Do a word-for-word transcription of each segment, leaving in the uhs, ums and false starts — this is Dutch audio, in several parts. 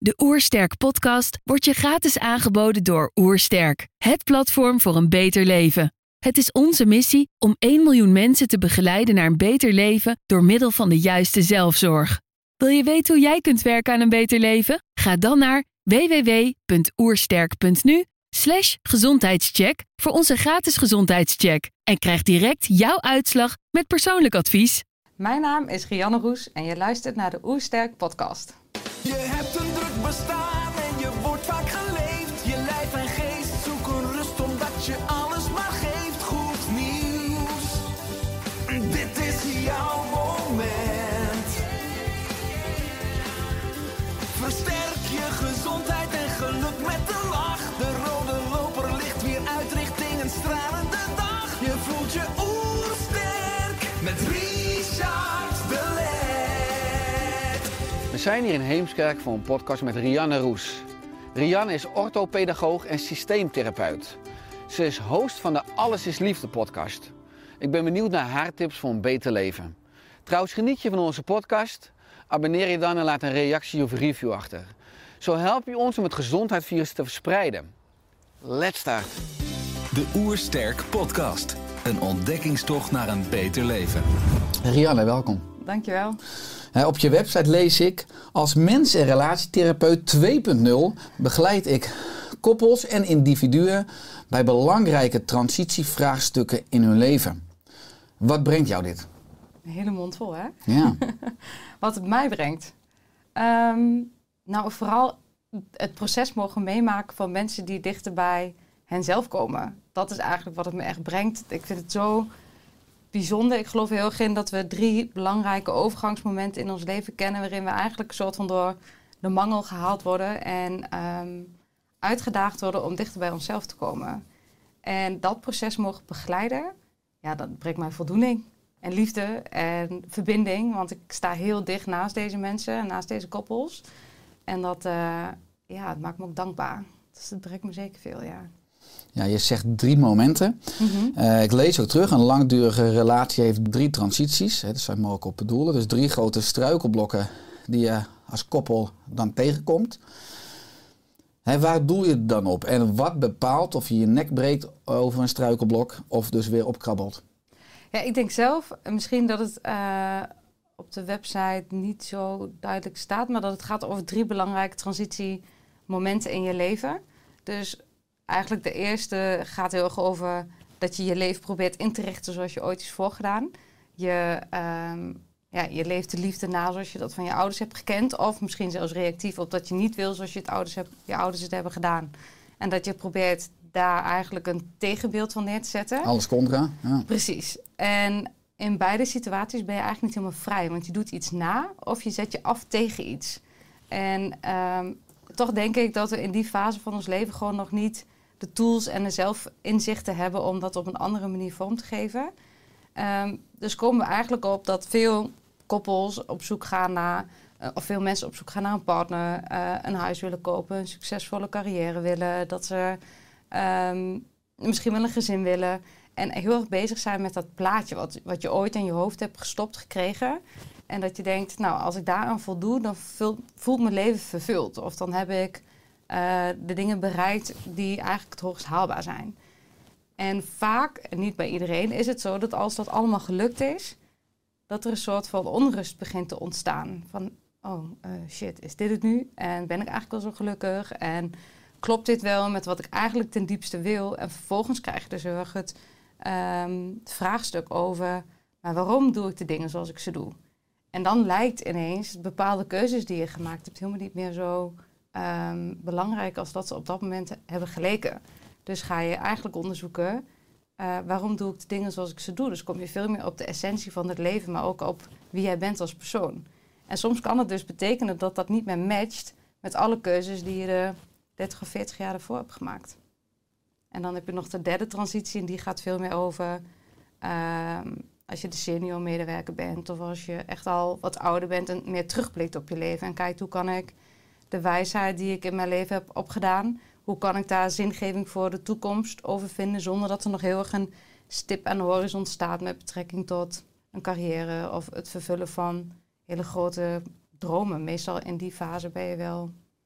De Oersterk podcast wordt je gratis aangeboden door Oersterk, het platform voor een beter leven. Het is onze missie om één miljoen mensen te begeleiden naar een beter leven door middel van de juiste zelfzorg. Wil je weten hoe jij kunt werken aan een beter leven? Ga dan naar www.oersterk.nu slash gezondheidscheck voor onze gratis gezondheidscheck en krijg direct jouw uitslag met persoonlijk advies. Mijn naam is Rianne Roes en je luistert naar de Oersterk podcast. Je hebt een druk bestaan en je wordt vaak geleefd. Je lijf en geest zoeken rust omdat je alles maar geeft. Goed nieuws, dit is jouw moment. Versterk je gezondheid en geluk met een lach. De rode loper ligt weer uit richting een stralende dag. Je voelt je oersterk met Richard de Let. We zijn hier in Heemskerk voor een podcast met Rianne Roes. Rianne is orthopedagoog en systeemtherapeut. Ze is host van de Alles is Liefde podcast. Ik ben benieuwd naar haar tips voor een beter leven. Trouwens, geniet je van onze podcast? Abonneer je dan en laat een reactie of review achter. Zo help je ons om het gezondheidsvirus te verspreiden. Let's start. De Oersterk podcast. Een ontdekkingstocht naar een beter leven. Rianne, welkom. Dankjewel. Op je website lees ik: als mens- en relatietherapeut twee punt nul begeleid ik koppels en individuen bij belangrijke transitievraagstukken in hun leven. Wat brengt jou dit? Een hele mond vol, hè? Ja. Wat het mij brengt? Um, nou, vooral het proces mogen meemaken van mensen die dichter bij henzelf komen. Dat is eigenlijk wat het me echt brengt. Ik vind het zo bijzonder. Ik geloof heel erg in dat we drie belangrijke overgangsmomenten in ons leven kennen, waarin we eigenlijk een soort van door de mangel gehaald worden en um, uitgedaagd worden om dichter bij onszelf te komen. En dat proces mogen begeleiden, ja, dat brengt mij voldoening en liefde en verbinding, want ik sta heel dicht naast deze mensen en naast deze koppels. En dat, uh, ja, het maakt me ook dankbaar. Dus dat brengt me zeker veel, ja. Ja, je zegt drie momenten. Mm-hmm. Uh, ik lees ook terug, een langdurige relatie heeft drie transities. Hè, dat zou je me ook op bedoelen. Dus drie grote struikelblokken die je als koppel dan tegenkomt. Hè, waar doel je het dan op? En wat bepaalt of je je nek breekt over een struikelblok of dus weer opkrabbelt? Ja, ik denk zelf, misschien dat het uh, op de website niet zo duidelijk staat, maar dat het gaat over drie belangrijke transitiemomenten in je leven. Dus eigenlijk de eerste gaat heel erg over dat je je leven probeert in te richten zoals je ooit is voorgedaan. Je, um, ja, je leeft de liefde na zoals je dat van je ouders hebt gekend. Of misschien zelfs reactief op dat je niet wil zoals je, het ouders, hebt, je ouders het hebben gedaan. En dat je probeert daar eigenlijk een tegenbeeld van neer te zetten. Alles contra. Ja. Precies. En in beide situaties ben je eigenlijk niet helemaal vrij. Want je doet iets na of je zet je af tegen iets. En um, toch denk ik dat we in die fase van ons leven gewoon nog niet de tools en de zelfinzichten hebben om dat op een andere manier vorm te geven. Um, dus komen we eigenlijk op dat veel koppels op zoek gaan naar, uh, of veel mensen op zoek gaan naar een partner, uh, een huis willen kopen, een succesvolle carrière willen, dat ze um, misschien wel een gezin willen en heel erg bezig zijn met dat plaatje wat, wat je ooit in je hoofd hebt gestopt gekregen. En dat je denkt, nou, als ik daaraan voldoe, dan vul, voelt mijn leven vervuld. Of dan heb ik uh, de dingen bereikt die eigenlijk het hoogst haalbaar zijn. En vaak, en niet bij iedereen, is het zo dat als dat allemaal gelukt is, dat er een soort van onrust begint te ontstaan. Van, oh uh, shit, is dit het nu? En ben ik eigenlijk wel zo gelukkig? En klopt dit wel met wat ik eigenlijk ten diepste wil? En vervolgens krijg je dus heel erg het, um, het vraagstuk over, maar waarom doe ik de dingen zoals ik ze doe? En dan lijkt ineens bepaalde keuzes die je gemaakt hebt helemaal niet meer zo um, belangrijk als dat ze op dat moment hebben geleken. Dus ga je eigenlijk onderzoeken, uh, waarom doe ik de dingen zoals ik ze doe? Dus kom je veel meer op de essentie van het leven, maar ook op wie jij bent als persoon. En soms kan het dus betekenen dat dat niet meer matcht met alle keuzes die je de dertig of veertig jaar ervoor hebt gemaakt. En dan heb je nog de derde transitie en die gaat veel meer over Uh, als je de senior medewerker bent of als je echt al wat ouder bent en meer terugblikt op je leven en kijkt hoe kan ik de wijsheid die ik in mijn leven heb opgedaan, hoe kan ik daar zingeving voor de toekomst over vinden zonder dat er nog heel erg een stip aan de horizon staat met betrekking tot een carrière of het vervullen van hele grote dromen. Meestal in die fase ben je wel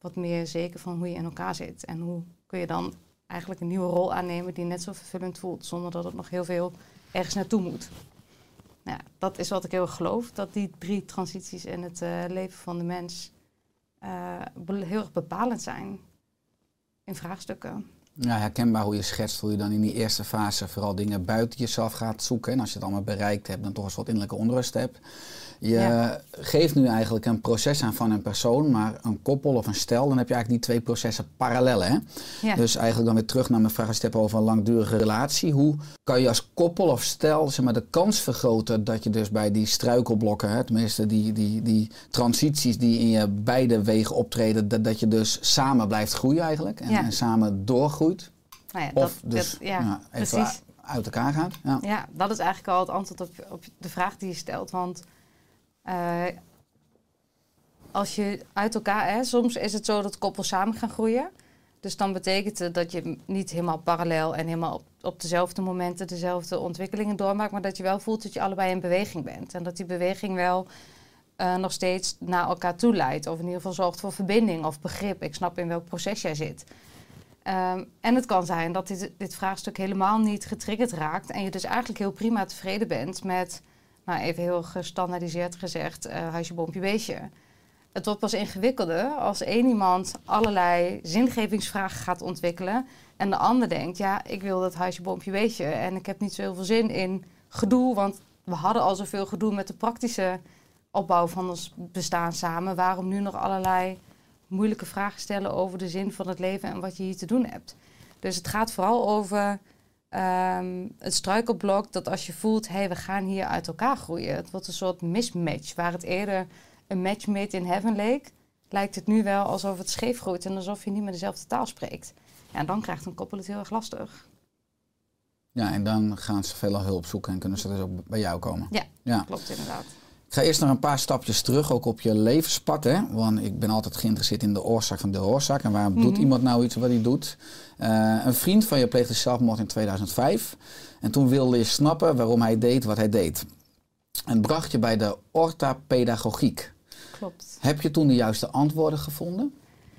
wat meer zeker van hoe je in elkaar zit. En hoe kun je dan eigenlijk een nieuwe rol aannemen die net zo vervullend voelt, zonder dat het nog heel veel ergens naartoe moet. Nou, ja, dat is wat ik heel erg geloof, dat die drie transities in het uh, leven van de mens uh, heel erg bepalend zijn in vraagstukken. Ja, herkenbaar hoe je schetst, hoe je dan in die eerste fase vooral dingen buiten jezelf gaat zoeken. En als je het allemaal bereikt hebt, dan toch een soort innerlijke onrust hebt. Je ja. geeft nu eigenlijk een proces aan van een persoon, maar een koppel of een stel, dan heb je eigenlijk die twee processen parallel. Hè? Ja. Dus eigenlijk dan weer terug naar mijn vraag als je het hebt over een langdurige relatie. Hoe kan je als koppel of stel zeg maar, de kans vergroten dat je dus bij die struikelblokken, hè, tenminste die, die, die transities die in je beide wegen optreden, dat, dat je dus samen blijft groeien eigenlijk en, ja. en samen doorgroeit? Nou ja, of dat, dus dat, ja, ja, even precies. uit elkaar gaat. Ja. ja, dat is eigenlijk al het antwoord op, op de vraag die je stelt, want Uh, als je uit elkaar, hè, soms is het zo dat koppels samen gaan groeien. Dus dan betekent het dat je niet helemaal parallel en helemaal op, op dezelfde momenten dezelfde ontwikkelingen doormaakt, maar dat je wel voelt dat je allebei in beweging bent. En dat die beweging wel uh, nog steeds naar elkaar toe leidt. Of in ieder geval zorgt voor verbinding of begrip. Ik snap in welk proces jij zit. Um, en het kan zijn dat dit, dit vraagstuk helemaal niet getriggerd raakt en je dus eigenlijk heel prima tevreden bent met, nou even heel gestandaardiseerd gezegd, uh, huisje, boompje, beestje. Het wordt pas ingewikkelder als één iemand allerlei zingevingsvragen gaat ontwikkelen en de ander denkt, ja, ik wil dat huisje, boompje, beestje en ik heb niet zo heel veel zin in gedoe, want we hadden al zoveel gedoe met de praktische opbouw van ons bestaan samen. Waarom nu nog allerlei moeilijke vragen stellen over de zin van het leven en wat je hier te doen hebt? Dus het gaat vooral over Um, het struikelblok dat als je voelt, hé, hey, we gaan hier uit elkaar groeien. Het wordt een soort mismatch. Waar het eerder een match made in heaven leek, lijkt het nu wel alsof het scheef groeit en alsof je niet meer dezelfde taal spreekt. Ja, en dan krijgt een koppel het heel erg lastig. Ja, en dan gaan ze veel hulp zoeken en kunnen ze dus ook bij jou komen. Ja, ja. klopt inderdaad. Ik ga eerst nog een paar stapjes terug, ook op je levenspad. Hè? Want ik ben altijd geïnteresseerd in de oorzaak van de oorzaak. En waarom mm-hmm. doet iemand nou iets wat hij doet? Uh, een vriend van je pleegde zelfmoord in tweeduizend vijf. En toen wilde je snappen waarom hij deed wat hij deed. En bracht je bij de orthopedagogiek. Klopt. Heb je toen de juiste antwoorden gevonden?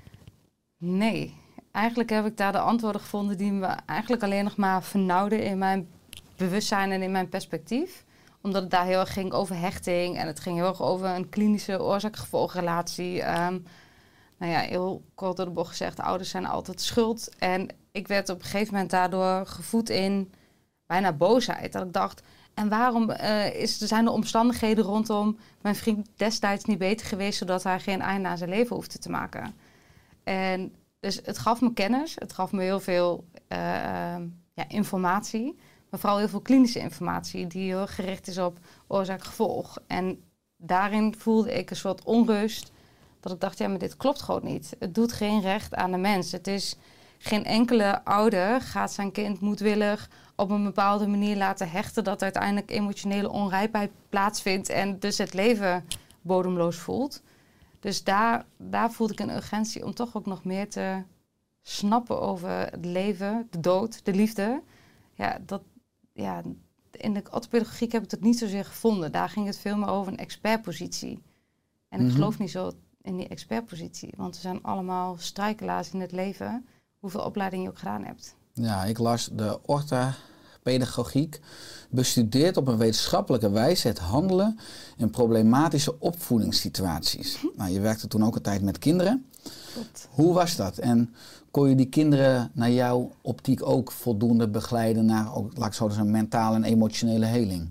Nee. Eigenlijk heb ik daar de antwoorden gevonden die me eigenlijk alleen nog maar vernauwden in mijn bewustzijn en in mijn perspectief. Omdat het daar heel erg ging over hechting en het ging heel erg over een klinische oorzaak-gevolgrelatie. Um, nou ja, heel kort door de bocht gezegd, ouders zijn altijd schuld. En ik werd op een gegeven moment daardoor gevoed in bijna boosheid. Dat ik dacht, en waarom uh, is, zijn de omstandigheden rondom mijn vriend destijds niet beter geweest, zodat hij geen einde aan zijn leven hoefde te maken? En dus het gaf me kennis, het gaf me heel veel uh, ja, informatie. Maar vooral heel veel klinische informatie die heel gericht is op oorzaak-gevolg. En daarin voelde ik een soort onrust. Dat ik dacht, ja, maar dit klopt gewoon niet. Het doet geen recht aan de mens. Het is geen enkele ouder gaat zijn kind moedwillig op een bepaalde manier laten hechten, dat uiteindelijk emotionele onrijpheid plaatsvindt en dus het leven bodemloos voelt. Dus daar, daar voelde ik een urgentie om toch ook nog meer te snappen over het leven, de dood, de liefde. Ja, dat, ja, in de orthopedagogiek heb ik dat niet zozeer gevonden. Daar ging het veel meer over een expertpositie. En ik mm-hmm. geloof niet zo in die expertpositie, want we zijn allemaal struikelaars in het leven, hoeveel opleiding je ook gedaan hebt. Ja, ik las de orthopedagogiek bestudeert op een wetenschappelijke wijze het handelen in problematische opvoedingssituaties. Hm. Nou, je werkte toen ook een tijd met kinderen. Klopt. Hoe was dat? En kon je die kinderen naar jouw optiek ook voldoende begeleiden naar, ook, laat ik zo zeggen, mentale en emotionele heling?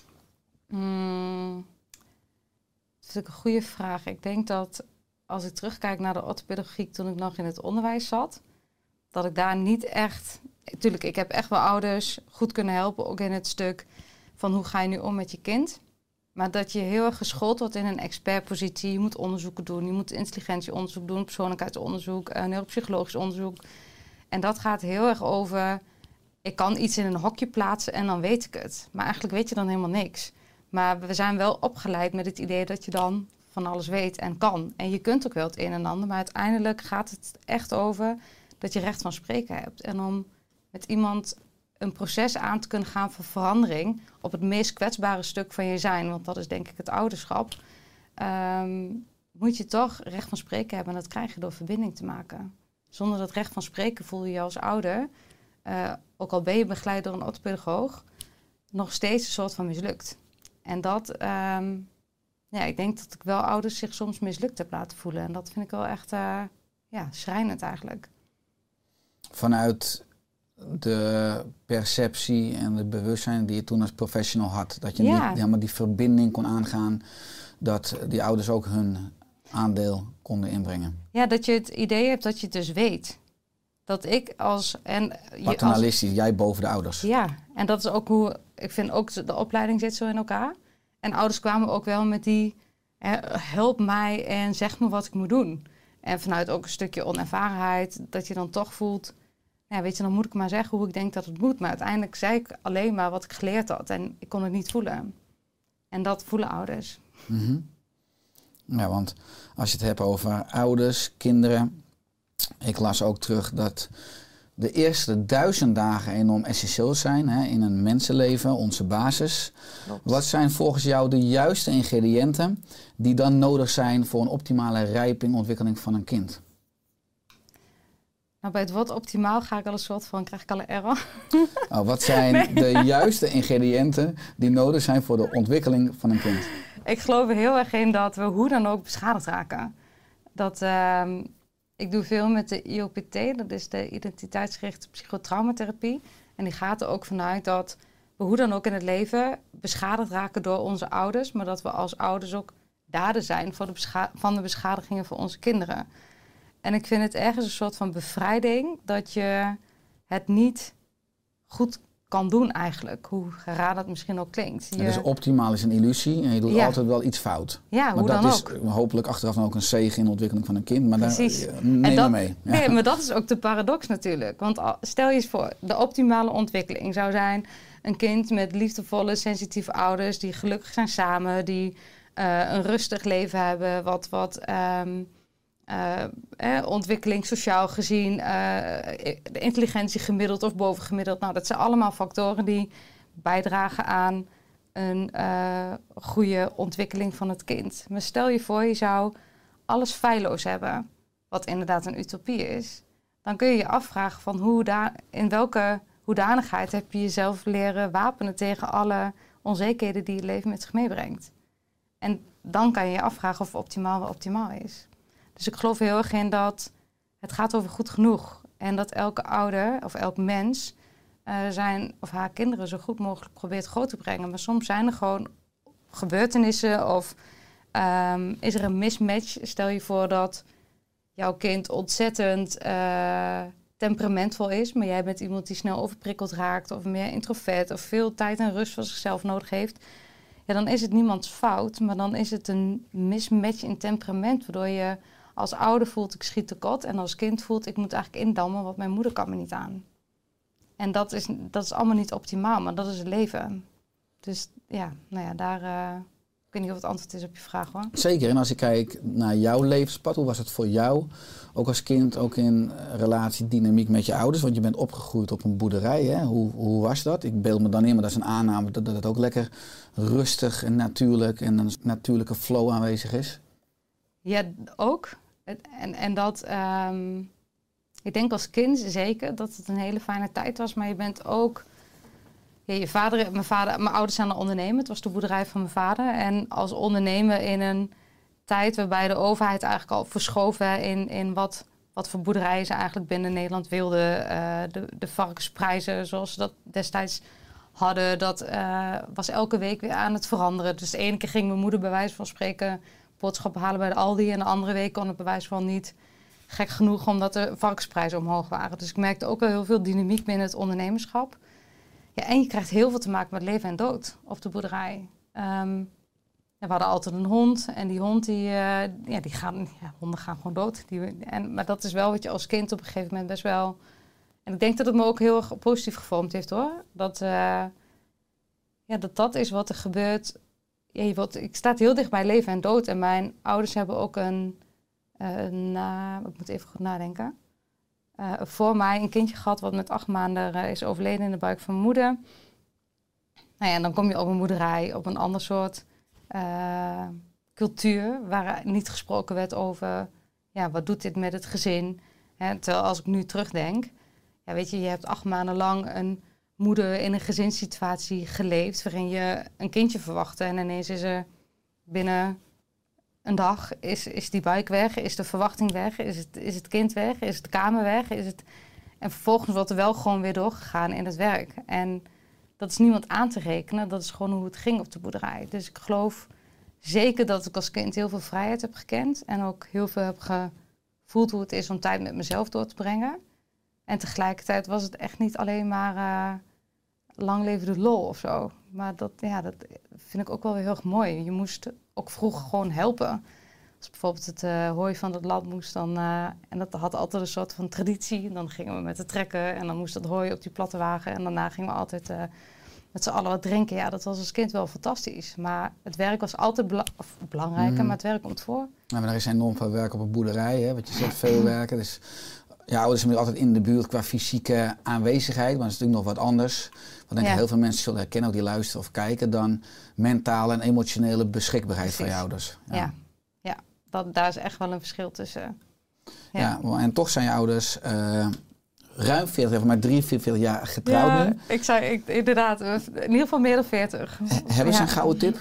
Mm, dat is een goede vraag. Ik denk dat als ik terugkijk naar de orthopedagogiek toen ik nog in het onderwijs zat, dat ik daar niet echt... Tuurlijk, ik heb echt wel ouders goed kunnen helpen, ook in het stuk van hoe ga je nu om met je kind. Maar dat je heel erg geschoold wordt in een expertpositie. Je moet onderzoeken doen, je moet intelligentieonderzoek doen, persoonlijkheidsonderzoek, uh, neuropsychologisch onderzoek. En dat gaat heel erg over, ik kan iets in een hokje plaatsen en dan weet ik het. Maar eigenlijk weet je dan helemaal niks. Maar we zijn wel opgeleid met het idee dat je dan van alles weet en kan. En je kunt ook wel het een en ander, maar uiteindelijk gaat het echt over dat je recht van spreken hebt. En om met iemand een proces aan te kunnen gaan voor verandering op het meest kwetsbare stuk van je zijn, want dat is denk ik het ouderschap. Um, moet je toch recht van spreken hebben. En dat krijg je door verbinding te maken. Zonder dat recht van spreken voel je je als ouder, uh, ook al ben je begeleid door een orthopedagoog, nog steeds een soort van mislukt. En dat, um, ja, ik denk dat ik wel ouders zich soms mislukt heb laten voelen. En dat vind ik wel echt, uh, ja, schrijnend eigenlijk. Vanuit de perceptie en het bewustzijn die je toen als professional had, dat je ja. niet helemaal die verbinding kon aangaan, dat die ouders ook hun aandeel konden inbrengen. Ja, dat je het idee hebt dat je het dus weet. Dat ik als... en paternalistisch, als, jij boven de ouders. Ja, en dat is ook hoe... Ik vind ook de opleiding zit zo in elkaar. En ouders kwamen ook wel met die... Eh, help mij en zeg me wat ik moet doen. En vanuit ook een stukje onervarenheid, dat je dan toch voelt... Ja, weet je, dan moet ik maar zeggen hoe ik denk dat het moet. Maar uiteindelijk zei ik alleen maar wat ik geleerd had. En ik kon het niet voelen. En dat voelen ouders. Mm-hmm. Ja, want als je het hebt over ouders, kinderen... Ik las ook terug dat de eerste duizend dagen enorm essentieel zijn, hè, in een mensenleven, onze basis. Klopt. Wat zijn volgens jou de juiste ingrediënten die dan nodig zijn voor een optimale rijping, ontwikkeling van een kind? Nou, bij het woord optimaal ga ik al een soort van, krijg ik al een error. Oh, wat zijn nee. de juiste ingrediënten die nodig zijn voor de ontwikkeling van een kind? Ik geloof er heel erg in dat we hoe dan ook beschadigd raken. Dat... Uh, Ik doe veel met de I O P T, dat is de identiteitsgerichte psychotraumatherapie. En die gaat er ook vanuit dat we hoe dan ook in het leven beschadigd raken door onze ouders. Maar dat we als ouders ook dader zijn voor de bescha- van de beschadigingen van onze kinderen. En ik vind het ergens een soort van bevrijding dat je het niet goed kan doen eigenlijk. Hoe raar dat misschien ook klinkt. Je... Dus optimaal is een illusie en je doet ja. altijd wel iets fout. Ja, maar hoe dat dan is ook. hopelijk achteraf dan ook een zegen in de ontwikkeling van een kind. Maar Precies. daar neem dat, me mee. Ja. Nee, maar dat is ook de paradox natuurlijk. Want stel je eens voor, de optimale ontwikkeling zou zijn een kind met liefdevolle, sensitieve ouders die gelukkig zijn samen, die uh, een rustig leven hebben, wat... wat um, Uh, eh, ontwikkeling sociaal gezien, uh, de intelligentie gemiddeld of bovengemiddeld. Nou, dat zijn allemaal factoren die bijdragen aan een uh, goede ontwikkeling van het kind. Maar stel je voor, je zou alles feilloos hebben, wat inderdaad een utopie is. Dan kun je je afvragen van hoe da- in welke hoedanigheid heb je jezelf leren wapenen tegen alle onzekerheden die het leven met zich meebrengt. En dan kan je je afvragen of optimaal wel optimaal is. Dus ik geloof er heel erg in dat het gaat over goed genoeg. En dat elke ouder of elk mens uh, zijn of haar kinderen zo goed mogelijk probeert groot te brengen. Maar soms zijn er gewoon gebeurtenissen of um, is er een mismatch. Stel je voor dat jouw kind ontzettend uh, temperamentvol is, maar jij bent iemand die snel overprikkeld raakt of meer introvert of veel tijd en rust voor zichzelf nodig heeft. Ja, dan is het niemands fout, maar dan is het een mismatch in temperament, waardoor je als ouder voelt, ik schiet tekort. En als kind voelt, ik moet eigenlijk indammen, want mijn moeder kan me niet aan. En dat is, dat is allemaal niet optimaal, maar dat is het leven. Dus ja, nou ja, daar... Uh, ik weet niet of het antwoord is op je vraag, hoor. Zeker. En als ik kijk naar jouw levenspad, hoe was het voor jou? Ook als kind, ook in relatie, dynamiek met je ouders. Want je bent opgegroeid op een boerderij. Hè? Hoe, hoe was dat? Ik beeld me dan in, maar dat is een aanname, dat, dat het ook lekker rustig en natuurlijk en een natuurlijke flow aanwezig is. Ja, ook. En, en dat, um, ik denk als kind zeker dat het een hele fijne tijd was. Maar je bent ook, ja, je vader, mijn vader, mijn ouders zijn een ondernemer. Het was de boerderij van mijn vader. En als ondernemer in een tijd waarbij de overheid eigenlijk al verschoven in, in wat, wat voor boerderijen ze eigenlijk binnen Nederland wilden. Uh, de, de varkensprijzen zoals ze dat destijds hadden, dat uh, was elke week weer aan het veranderen. Dus de ene keer ging mijn moeder bij wijze van spreken boodschappen halen bij de Aldi. En de andere week kon het bij wijze van niet gek genoeg, omdat de varkensprijzen omhoog waren. Dus ik merkte ook wel heel veel dynamiek binnen het ondernemerschap. Ja, en je krijgt heel veel te maken met leven en dood op de boerderij. Um, we hadden altijd een hond. En die hond, die, uh, ja, die gaan, ja, honden gaan gewoon dood. Die, en, maar dat is wel wat je als kind op een gegeven moment best wel... En ik denk dat het me ook heel erg positief gevormd heeft, hoor. Dat uh, ja, dat, dat is wat er gebeurt. Ja, je wordt, ik sta heel dicht bij leven en dood. En mijn ouders hebben ook een... een uh, ik moet even goed nadenken. Uh, voor mij een kindje gehad wat met acht maanden uh, is overleden in de buik van mijn moeder. Nou ja, en dan kom je op een boerderij, op een ander soort uh, cultuur waar niet gesproken werd over, ja, wat doet dit met het gezin? Hè, terwijl als ik nu terugdenk, ja, weet je, je hebt acht maanden lang een moeder in een gezinssituatie geleefd waarin je een kindje verwachtte en ineens is er binnen een dag is, is die buik weg, is de verwachting weg, is het, is het kind weg, is de kamer weg, is het... En vervolgens wordt er wel gewoon weer doorgegaan in het werk. En dat is niemand aan te rekenen, dat is gewoon hoe het ging op de boerderij. Dus ik geloof zeker dat ik als kind heel veel vrijheid heb gekend en ook heel veel heb gevoeld hoe het is om tijd met mezelf door te brengen. En tegelijkertijd was het echt niet alleen maar uh, lang leven de lol of zo. Maar dat, ja, dat vind ik ook wel weer heel erg mooi. Je moest ook vroeg gewoon helpen. Als bijvoorbeeld het uh, hooi van het land moest, dan, uh, en dat had altijd een soort van traditie. Dan gingen we met de trekker en dan moest dat hooi op die platte wagen. En daarna gingen we altijd uh, met z'n allen wat drinken. Ja, dat was als kind wel fantastisch. Maar het werk was altijd bela- of belangrijker, mm. maar het werk komt voor. Nou, maar er is enorm veel werk op een boerderij, hè? Want je zegt veel werken. Dus je ouders zijn altijd in de buurt qua fysieke aanwezigheid, maar dat is natuurlijk nog wat anders. Want denk ik ja. heel veel mensen zullen herkennen, ook die luisteren of kijken, dan mentale en emotionele beschikbaarheid Precies. van je ouders. Ja, ja. ja. Dat, daar is echt wel een verschil tussen. Ja, ja en toch zijn je ouders uh, ruim veertig, maar drieënveertig jaar getrouwd ja, nu. Ik zei ik, inderdaad, in ieder geval meer dan veertig. He, hebben ze ja. een gouden tip?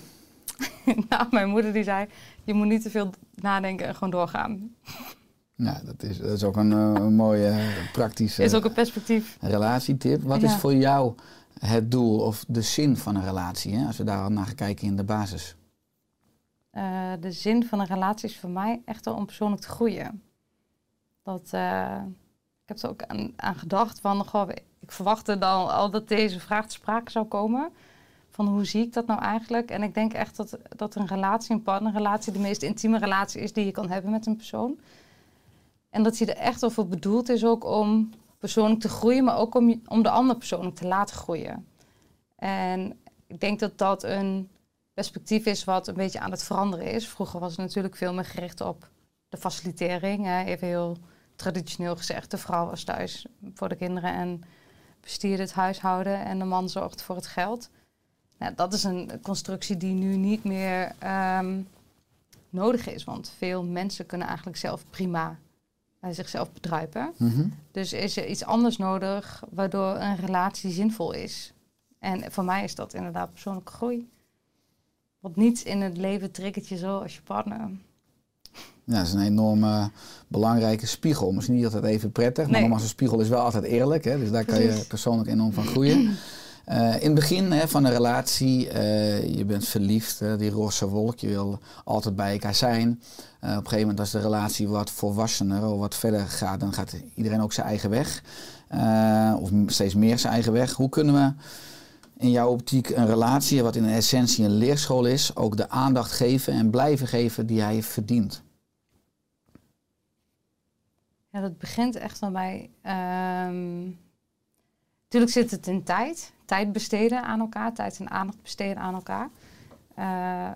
Nou, mijn moeder die zei, je moet niet te veel nadenken en gewoon doorgaan. Nou, dat is, dat is ook een, een mooie praktische is ook een perspectief. relatietip. Wat ja. is voor jou het doel of de zin van een relatie? Hè? Als we daar al naar gaan kijken in de basis. Uh, de zin van een relatie is voor mij echt wel om persoonlijk te groeien. Dat, uh, ik heb er ook aan, aan gedacht van, goh, ik verwachtte dan al dat deze vraag te sprake zou komen. Van hoe zie ik dat nou eigenlijk? En ik denk echt dat, dat een relatie, een partnerrelatie, de meest intieme relatie is die je kan hebben met een persoon. En dat hij er echt wel voor bedoeld is ook om persoonlijk te groeien, maar ook om, om de andere persoonlijk te laten groeien. En ik denk dat dat een perspectief is wat een beetje aan het veranderen is. Vroeger was het natuurlijk veel meer gericht op de facilitering. Hè? Even heel traditioneel gezegd, de vrouw was thuis voor de kinderen en bestierde het huishouden en de man zorgde voor het geld. Nou, dat is een constructie die nu niet meer um, nodig is, want veel mensen kunnen eigenlijk zelf prima uh, zichzelf bedruipen. Mm-hmm. Dus is er iets anders nodig waardoor een relatie zinvol is. En voor mij is dat inderdaad persoonlijke groei. Want niets in het leven triggert je zo als je partner. Ja, dat is een enorme belangrijke spiegel. Misschien niet altijd even prettig, nee. maar nogmaals, een spiegel is wel altijd eerlijk. Hè? Dus daar kan je persoonlijk enorm van groeien. Uh, in het begin hè, van een relatie, uh, je bent verliefd, hè, die roze wolk, je wil altijd bij elkaar zijn. Uh, op een gegeven moment als de relatie wat volwassener of wat verder gaat, dan gaat iedereen ook zijn eigen weg. Uh, of steeds meer zijn eigen weg. Hoe kunnen we in jouw optiek een relatie, wat in essentie een leerschool is, ook de aandacht geven en blijven geven die hij verdient? Ja, dat begint echt wel bij... Um, natuurlijk zit het in tijd. Tijd besteden aan elkaar. Tijd en aandacht besteden aan elkaar. Uh,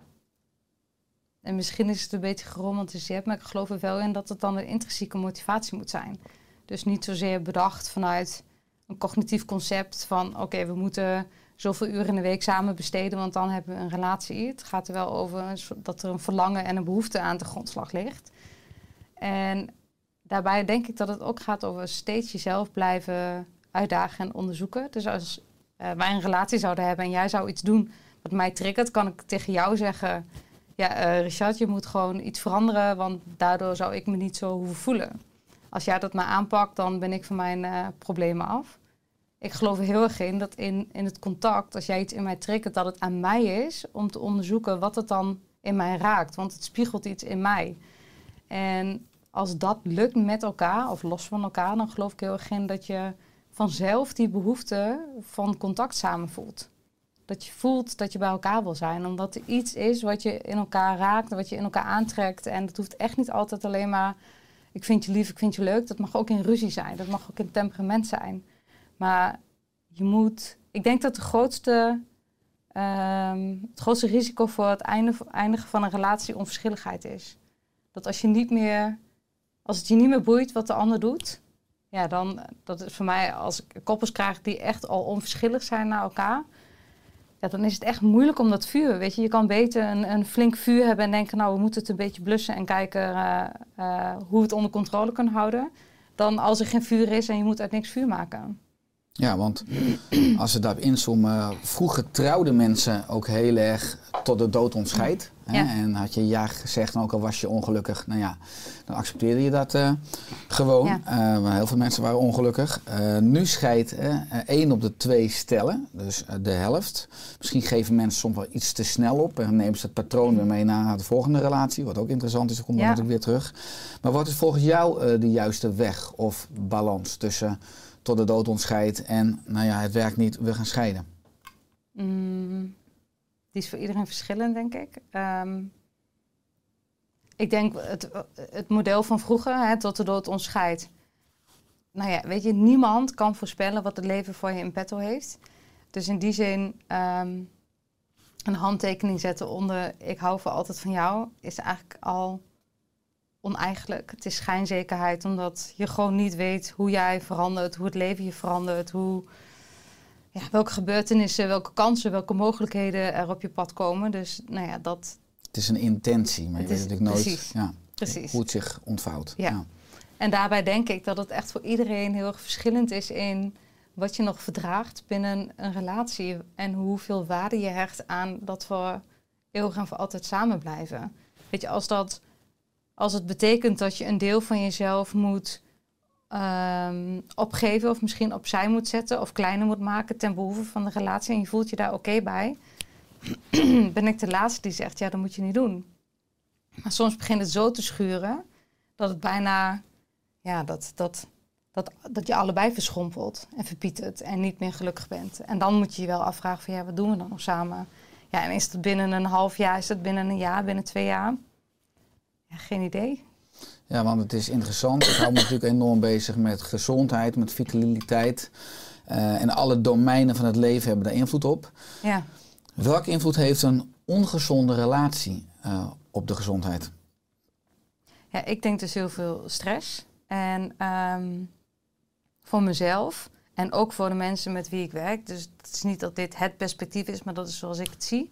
en misschien is het een beetje geromantiseerd, maar ik geloof er wel in dat het dan een intrinsieke motivatie moet zijn. Dus niet zozeer bedacht vanuit een cognitief concept van oké, okay, we moeten zoveel uren in de week samen besteden, want dan hebben we een relatie. Het gaat er wel over dat er een verlangen en een behoefte aan de grondslag ligt. En daarbij denk ik dat het ook gaat over steeds jezelf blijven uitdagen en onderzoeken. Dus als uh, wij een relatie zouden hebben en jij zou iets doen wat mij triggert, kan ik tegen jou zeggen, ja, uh, Richard, je moet gewoon iets veranderen, want daardoor zou ik me niet zo hoeven voelen. Als jij dat maar aanpakt, dan ben ik van mijn uh, problemen af. Ik geloof er heel erg in dat in, in het contact, als jij iets in mij triggert, dat het aan mij is om te onderzoeken wat het dan in mij raakt. Want het spiegelt iets in mij. En als dat lukt met elkaar, of los van elkaar, dan geloof ik heel erg in dat je vanzelf die behoefte van contact samen voelt. Dat je voelt dat je bij elkaar wil zijn. Omdat er iets is wat je in elkaar raakt, wat je in elkaar aantrekt. En dat hoeft echt niet altijd alleen maar, ik vind je lief, ik vind je leuk. Dat mag ook in ruzie zijn, dat mag ook in temperament zijn. Maar je moet, ik denk dat de grootste, um, het grootste risico voor het eindigen van een relatie onverschilligheid is. Dat als je niet meer, als het je niet meer boeit wat de ander doet, ja, dan, dat is voor mij, als ik koppels krijg die echt al onverschillig zijn naar elkaar, ja, dan is het echt moeilijk om dat vuur. Weet je, je kan beter een, een flink vuur hebben en denken, nou, we moeten het een beetje blussen en kijken uh, uh, hoe we het onder controle kunnen houden. Dan als er geen vuur is en je moet uit niks vuur maken. Ja, want als we daarop inzoomen, vroeger trouwden mensen ook heel erg tot de dood ons scheidt. Hè? Ja. En had je ja gezegd, en ook al was je ongelukkig, nou ja, dan accepteerde je dat uh, gewoon. Ja. Uh, maar heel veel mensen waren ongelukkig. Uh, nu scheidt uh, één op de twee stellen, dus uh, de helft. Misschien geven mensen soms wel iets te snel op en nemen ze het patroon weer mee naar de volgende relatie. Wat ook interessant is, dan komt dan Ja. natuurlijk weer terug. Maar wat is volgens jou uh, de juiste weg of balans tussen tot de dood ons scheidt en nou ja, het werkt niet, we gaan scheiden? Mm, die is voor iedereen verschillend, denk ik. Um, ik denk het, het model van vroeger, hè, tot de dood ons scheidt. Nou ja, weet je, niemand kan voorspellen wat het leven voor je in petto heeft. Dus in die zin, um, een handtekening zetten onder ik hou voor altijd van jou, is eigenlijk al oneigenlijk. Het is schijnzekerheid, omdat je gewoon niet weet hoe jij verandert, hoe het leven je verandert, hoe, ja, welke gebeurtenissen, welke kansen, welke mogelijkheden er op je pad komen. Dus nou ja, dat... Het is een intentie, maar je weet natuurlijk nooit precies, ja, precies. hoe het zich ontvouwt. Ja. Ja. En daarbij denk ik dat het echt voor iedereen heel erg verschillend is in wat je nog verdraagt binnen een relatie en hoeveel waarde je hecht aan dat we eeuwig en voor altijd samen blijven. Weet je, als dat Als het betekent dat je een deel van jezelf moet um, opgeven of misschien opzij moet zetten of kleiner moet maken ten behoeve van de relatie en je voelt je daar oké okay bij, ben ik de laatste die zegt, ja, dat moet je niet doen. Maar soms begint het zo te schuren dat het bijna, ja, dat, dat, dat, dat je allebei verschrompelt en verpietert en niet meer gelukkig bent. En dan moet je je wel afvragen van, ja, wat doen we dan nog samen? Ja, en is het binnen een half jaar, is het binnen een jaar, binnen twee jaar? Ja, geen idee. Ja, want het is interessant. Ik hou me natuurlijk enorm bezig met gezondheid, met vitaliteit. Uh, en alle domeinen van het leven hebben daar invloed op. Ja. Welke invloed heeft een ongezonde relatie uh, op de gezondheid? Ja, ik denk dus heel veel stress. En um, voor mezelf en ook voor de mensen met wie ik werk. Dus het is niet dat dit het perspectief is, maar dat is zoals ik het zie.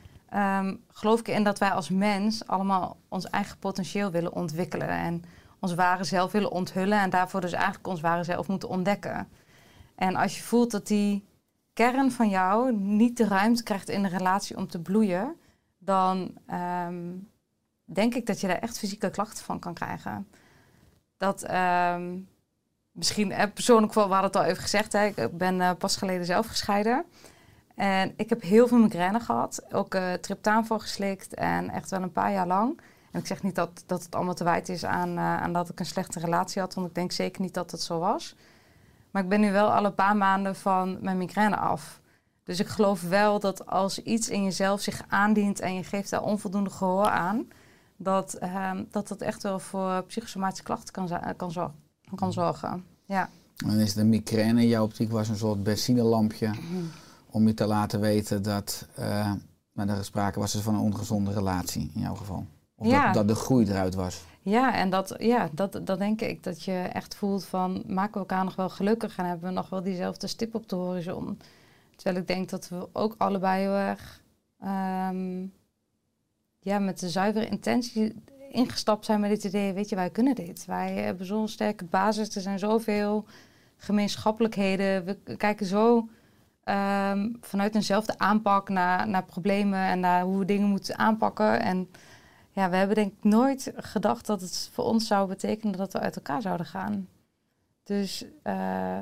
Um, geloof ik in dat wij als mens allemaal ons eigen potentieel willen ontwikkelen en ons ware zelf willen onthullen en daarvoor dus eigenlijk ons ware zelf moeten ontdekken. En als je voelt dat die kern van jou niet de ruimte krijgt in de relatie om te bloeien, dan um, denk ik dat je daar echt fysieke klachten van kan krijgen. Dat um, misschien eh, persoonlijk, we hadden het al even gezegd, hè, ik ben uh, pas geleden zelf gescheiden. En ik heb heel veel migraine gehad, ook uh, triptaan voor geslikt en echt wel een paar jaar lang. En ik zeg niet dat, dat het allemaal te wijten is aan, uh, aan dat ik een slechte relatie had, want ik denk zeker niet dat het zo was. Maar ik ben nu wel alle paar maanden van mijn migraine af. Dus ik geloof wel dat als iets in jezelf zich aandient en je geeft daar onvoldoende gehoor aan, dat uh, dat, dat echt wel voor psychosomatische klachten kan, kan, zor- kan zorgen. Ja. En is de migraine in jouw optiek was een soort benzinelampje mm. om je te laten weten dat uh, maar er sprake was van een ongezonde relatie in jouw geval? Of ja. dat, dat de groei eruit was? Ja, en dat, ja, dat, dat denk ik. Dat je echt voelt van, maken we elkaar nog wel gelukkig en hebben we nog wel diezelfde stip op de horizon. Terwijl ik denk dat we ook allebei heel erg um, ja, met de zuivere intentie ingestapt zijn met dit idee. Weet je, wij kunnen dit. Wij hebben zo'n sterke basis. Er zijn zoveel gemeenschappelijkheden. We kijken zo um, vanuit eenzelfde aanpak naar, naar problemen en naar hoe we dingen moeten aanpakken. En ja, we hebben denk ik nooit gedacht dat het voor ons zou betekenen dat we uit elkaar zouden gaan. Dus uh,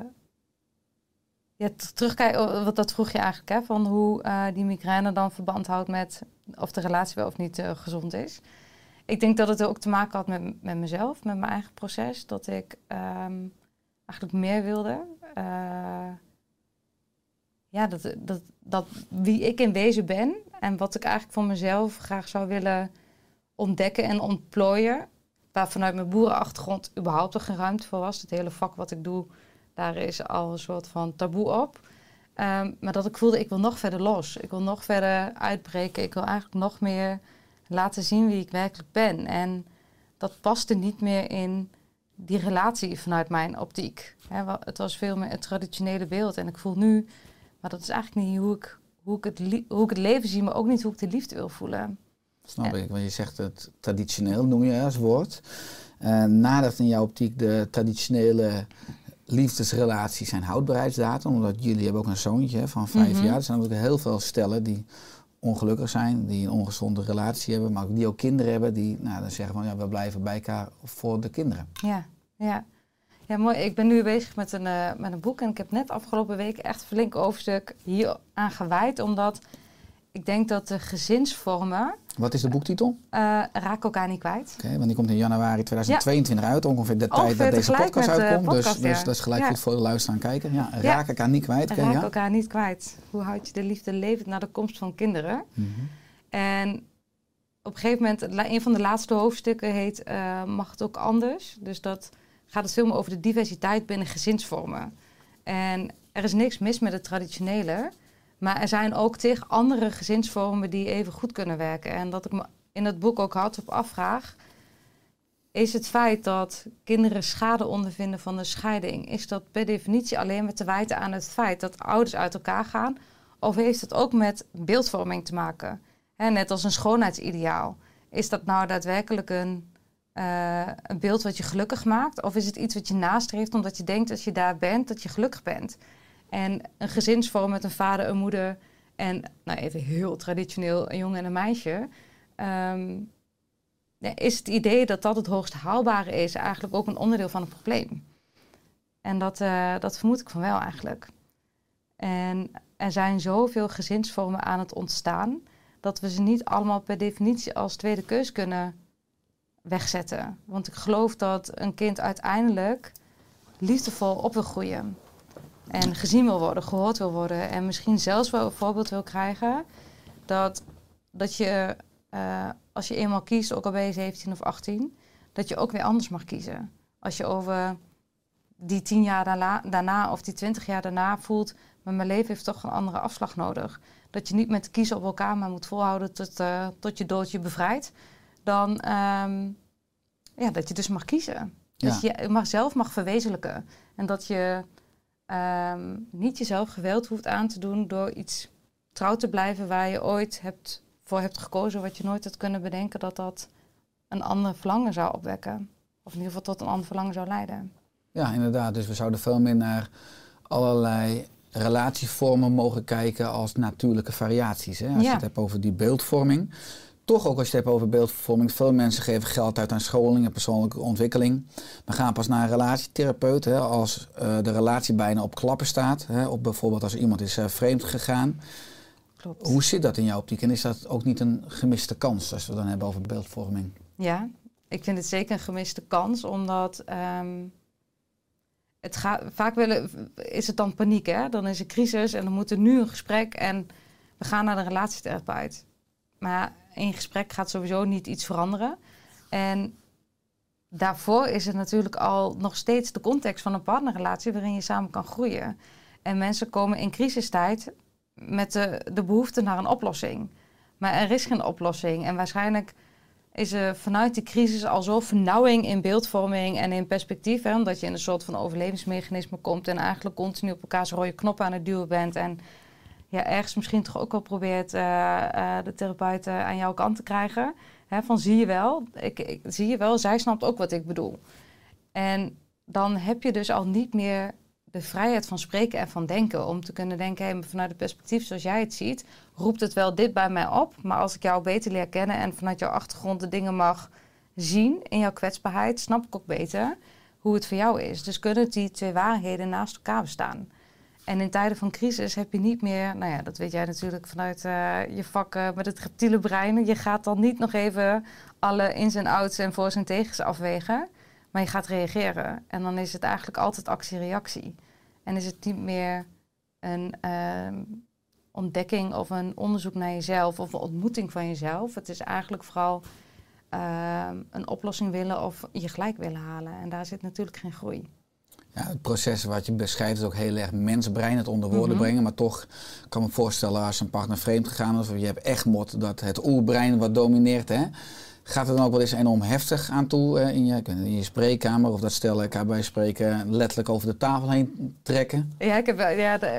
ja, terugkijken, wat dat vroeg je eigenlijk, hè, van hoe uh, die migraine dan verband houdt met of de relatie wel of niet uh, gezond is. Ik denk dat het ook te maken had met, met mezelf, met mijn eigen proces. Dat ik um, eigenlijk meer wilde. Uh, ja, dat, dat, dat wie ik in wezen ben en wat ik eigenlijk voor mezelf graag zou willen ontdekken en ontplooien, waar vanuit mijn boerenachtergrond überhaupt er geen ruimte voor was. Het hele vak wat ik doe, daar is al een soort van taboe op. Um, maar dat ik voelde, ik wil nog verder los. Ik wil nog verder uitbreken. Ik wil eigenlijk nog meer laten zien wie ik werkelijk ben. En dat paste niet meer in die relatie vanuit mijn optiek. He, het was veel meer het traditionele beeld. En ik voel nu, maar dat is eigenlijk niet hoe ik, hoe, ik het li- hoe ik het leven zie, maar ook niet hoe ik de liefde wil voelen. Snap ik, want je zegt het traditioneel, noem je als woord. Uh, nadat in jouw optiek de traditionele liefdesrelaties zijn houdbaarheidsdatum, omdat jullie hebben ook een zoontje hè, van vijf mm-hmm. jaar. Er zijn ook heel veel stellen die ongelukkig zijn, die een ongezonde relatie hebben, maar die ook kinderen hebben, die nou, dan zeggen van ja, we blijven bij elkaar voor de kinderen. Ja, ja. Ja, mooi. Ik ben nu bezig met een, uh, met een boek en ik heb net afgelopen week echt een flink hoofdstuk hier aan gewijd, omdat ik denk dat de gezinsvormen... Wat is de boektitel? Uh, Raak elkaar niet kwijt. Oké, okay, want die komt in januari tweeduizend tweeëntwintig ja. uit, ongeveer de tijd dat deze podcast uitkomt. Podcast, dus, ja. dus dat is gelijk ja. goed voor de luisteraar kijken. Ja, raak ja. elkaar niet kwijt. Okay, raak ja. elkaar niet kwijt. Hoe houd je de liefde levend na de komst van kinderen? Mm-hmm. En op een gegeven moment, een van de laatste hoofdstukken heet uh, Mag het ook anders? Dus dat gaat het veel meer over de diversiteit binnen gezinsvormen. En er is niks mis met het traditionele, maar er zijn ook tig andere gezinsvormen die even goed kunnen werken. En dat ik me in het boek ook hardop afvraag, is het feit dat kinderen schade ondervinden van de scheiding, is dat per definitie alleen maar te wijten aan het feit dat ouders uit elkaar gaan? Of heeft het ook met beeldvorming te maken? He, net als een schoonheidsideaal. Is dat nou daadwerkelijk een, uh, een beeld wat je gelukkig maakt? Of is het iets wat je nastreeft omdat je denkt als je daar bent, dat je gelukkig bent? En een gezinsvorm met een vader, een moeder en, nou even heel traditioneel, een jongen en een meisje. Um, ja, is het idee dat dat het hoogst haalbare is eigenlijk ook een onderdeel van het probleem? En dat, uh, dat vermoed ik van wel eigenlijk. En er zijn zoveel gezinsvormen aan het ontstaan, dat we ze niet allemaal per definitie als tweede keus kunnen wegzetten. Want ik geloof dat een kind uiteindelijk liefdevol op wil groeien. En gezien wil worden, gehoord wil worden. En misschien zelfs wel een voorbeeld wil krijgen dat, dat je, uh, als je eenmaal kiest, ook al ben je zeventien of achttien, dat je ook weer anders mag kiezen. Als je over die tien jaar daarna, daarna of die twintig jaar daarna voelt, maar mijn leven heeft toch een andere afslag nodig. Dat je niet met kiezen op elkaar, maar moet volhouden tot, uh, tot je dood je bevrijdt. Dan, um, ja, dat je dus mag kiezen. Ja. Dat je mag, zelf mag verwezenlijken. En dat je um, niet jezelf geweld hoeft aan te doen door iets trouw te blijven waar je ooit hebt, voor hebt gekozen, wat je nooit had kunnen bedenken dat dat een ander verlangen zou opwekken. Of in ieder geval tot een ander verlangen zou leiden. Ja, inderdaad. Dus we zouden veel meer naar allerlei relatievormen mogen kijken als natuurlijke variaties. Hè? Als ja. je het hebt over die beeldvorming. Toch ook als je het hebt over beeldvorming. Veel mensen geven geld uit aan scholing en persoonlijke ontwikkeling. We gaan pas naar een relatietherapeut hè, als uh, de relatie bijna op klappen staat. Hè, of bijvoorbeeld als iemand is uh, vreemd gegaan. Klopt. Hoe zit dat in jouw optiek? En is dat ook niet een gemiste kans als we het dan hebben over beeldvorming? Ja, ik vind het zeker een gemiste kans, omdat um, het gaat, vaak willen, is het dan paniek. Hè? Dan is er crisis en dan moet er nu een gesprek en we gaan naar de relatietherapeut. Maar in gesprek gaat sowieso niet iets veranderen. En daarvoor is het natuurlijk al nog steeds de context van een partnerrelatie waarin je samen kan groeien. En mensen komen in crisistijd met de, de behoefte naar een oplossing. Maar er is geen oplossing. En waarschijnlijk is er vanuit die crisis al zo vernauwing in beeldvorming en in perspectief. Hè, omdat je in een soort van overlevingsmechanisme komt en eigenlijk continu op elkaars rode knop aan het duwen bent. En ja, ergens misschien toch ook wel probeert uh, uh, de therapeut uh, aan jouw kant te krijgen. Hè, van zie je wel, ik, ik, zie je wel, zij snapt ook wat ik bedoel. En dan heb je dus al niet meer de vrijheid van spreken en van denken. Om te kunnen denken, hey, vanuit het perspectief zoals jij het ziet, roept het wel dit bij mij op. Maar als ik jou beter leer kennen en vanuit jouw achtergrond de dingen mag zien in jouw kwetsbaarheid, snap ik ook beter hoe het voor jou is. Dus kunnen die twee waarheden naast elkaar bestaan. En in tijden van crisis heb je niet meer, nou ja, dat weet jij natuurlijk vanuit uh, je vak uh, met het reptiele brein. Je gaat dan niet nog even alle ins en outs en voor's en tegens afwegen. Maar je gaat reageren. En dan is het eigenlijk altijd actie-reactie. En is het niet meer een uh, ontdekking of een onderzoek naar jezelf of een ontmoeting van jezelf. Het is eigenlijk vooral uh, een oplossing willen of je gelijk willen halen. En daar zit natuurlijk geen groei. Ja, het proces wat je beschrijft is ook heel erg mensbrein het onder woorden Mm-hmm. brengen. Maar toch kan ik me voorstellen als een partner vreemd gegaan is of je hebt echt mot dat het oerbrein wat domineert. Hè, gaat het dan ook wel eens enorm heftig aan toe uh, in, je, in je spreekkamer of dat stel elkaar bij spreken letterlijk over de tafel heen trekken? Ja, ik heb, ja de,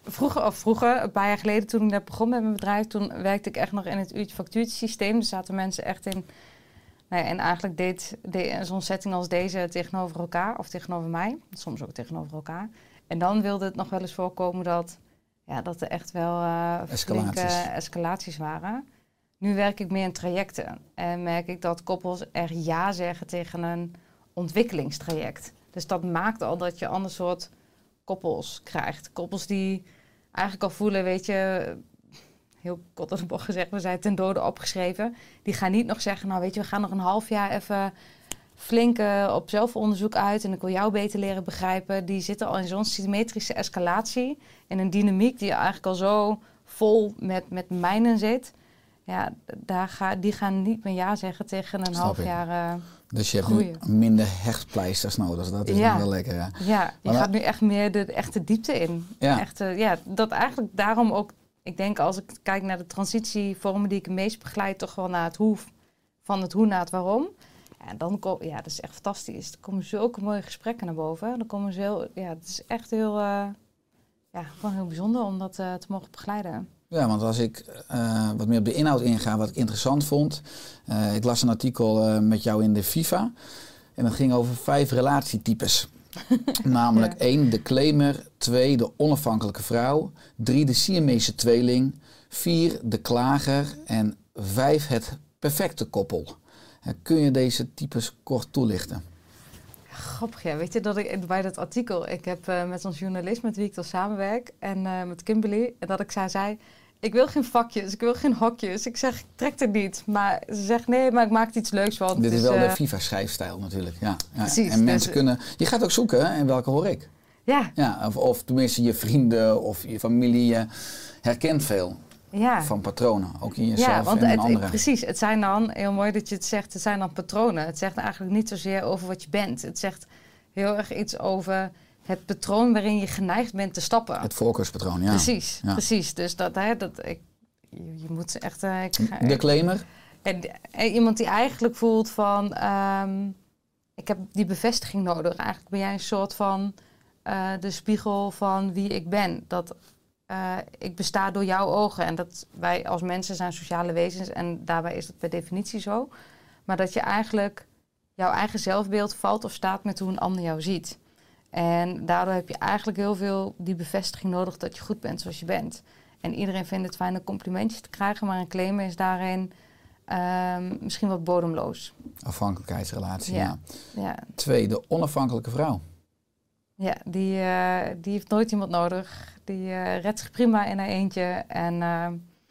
vroeger, of vroeger, een paar jaar geleden toen ik net begon met mijn bedrijf, toen werkte ik echt nog in het uurtje-factuurtje-systeem. Er zaten mensen echt in, nou ja, en eigenlijk deed, deed zo'n setting als deze tegenover elkaar, of tegenover mij, soms ook tegenover elkaar. En dan wilde het nog wel eens voorkomen dat, ja, dat er echt wel uh, flinke escalaties waren. Nu werk ik meer in trajecten en merk ik dat koppels er ja zeggen tegen een ontwikkelingstraject. Dus dat maakt al dat je ander soort koppels krijgt. Koppels die eigenlijk al voelen, weet je, heel kort op de bocht gezegd, we zijn ten dode opgeschreven. Die gaan niet nog zeggen, nou weet je, we gaan nog een half jaar even flink uh, op zelfonderzoek uit en ik wil jou beter leren begrijpen. Die zitten al in zo'n symmetrische escalatie en een dynamiek die eigenlijk al zo vol met, met mijnen zit. Ja, daar ga, die gaan niet meer ja zeggen tegen een Snap half ik. jaar uh, Dus je hebt groeien. nu minder hechtpleisters nodig. Dat is Ja. nog wel lekker. Ja, Ja, je Maar gaat nu echt meer de echte diepte in. Ja. Echt, uh, ja, dat eigenlijk daarom ook, ik denk als ik kijk naar de transitievormen die ik het meest begeleid, toch wel naar het hoe, van het hoe naar het waarom. En dan kom, ja, dat is echt fantastisch. Er komen zulke mooie gesprekken naar boven. Dan komen ze heel, ja, het is echt heel, uh, ja, gewoon heel bijzonder om dat uh, te mogen begeleiden. Ja, want als ik uh, wat meer op de inhoud inga, wat ik interessant vond. Uh, ik las een artikel uh, met jou in de FIFA. En dat ging over vijf relatietypes. Namelijk Ja. één, de claimer. Twee, de onafhankelijke vrouw. Drie, de Siamese tweeling. Vier, de klager. En vijf, het perfecte koppel. Uh, kun je deze types kort toelichten? Grappig, ja. Weet je dat ik bij dat artikel, ik heb uh, met ons journalist met wie ik dan samenwerk en uh, met Kimberly, en dat ik zij zei, ik wil geen vakjes, ik wil geen hokjes. Ik zeg, ik trek het niet. Maar ze zegt, nee, maar ik maak er iets leuks van. Dit is dus, wel uh, de FIFA-schrijfstijl natuurlijk. Ja, ja. Precies, En mensen dus- kunnen... Je gaat ook zoeken, hè, en welke hoor ik? Ja, Ja, of, of tenminste je vrienden of je familie je herkent veel ja. van patronen. Ook in jezelf Ja, want en in het, anderen. precies. Het zijn dan, heel mooi dat je het zegt, het zijn dan patronen. Het zegt eigenlijk niet zozeer over wat je bent. Het zegt heel erg iets over het patroon waarin je geneigd bent te stappen. Het voorkeurspatroon, ja. Precies, Ja. precies. Dus dat, hè, dat ik, je, je moet echt... Uh, ik ga, De claimer? En, en iemand die eigenlijk voelt van, um, ik heb die bevestiging nodig. Eigenlijk ben jij een soort van uh, de spiegel van wie ik ben. Dat uh, ik besta door jouw ogen. En dat wij als mensen zijn sociale wezens en daarbij is dat per definitie zo. Maar dat je eigenlijk, jouw eigen zelfbeeld valt of staat met hoe een ander jou ziet. En daardoor heb je eigenlijk heel veel die bevestiging nodig dat je goed bent zoals je bent. En iedereen vindt het fijn een complimentje te krijgen, maar een claimer is daarin Um, misschien wat bodemloos. Afhankelijkheidsrelatie, Ja. ja. Ja, Twee, de onafhankelijke vrouw. ja die, uh, die heeft nooit iemand nodig. Die uh, redt zich prima in haar eentje. En uh,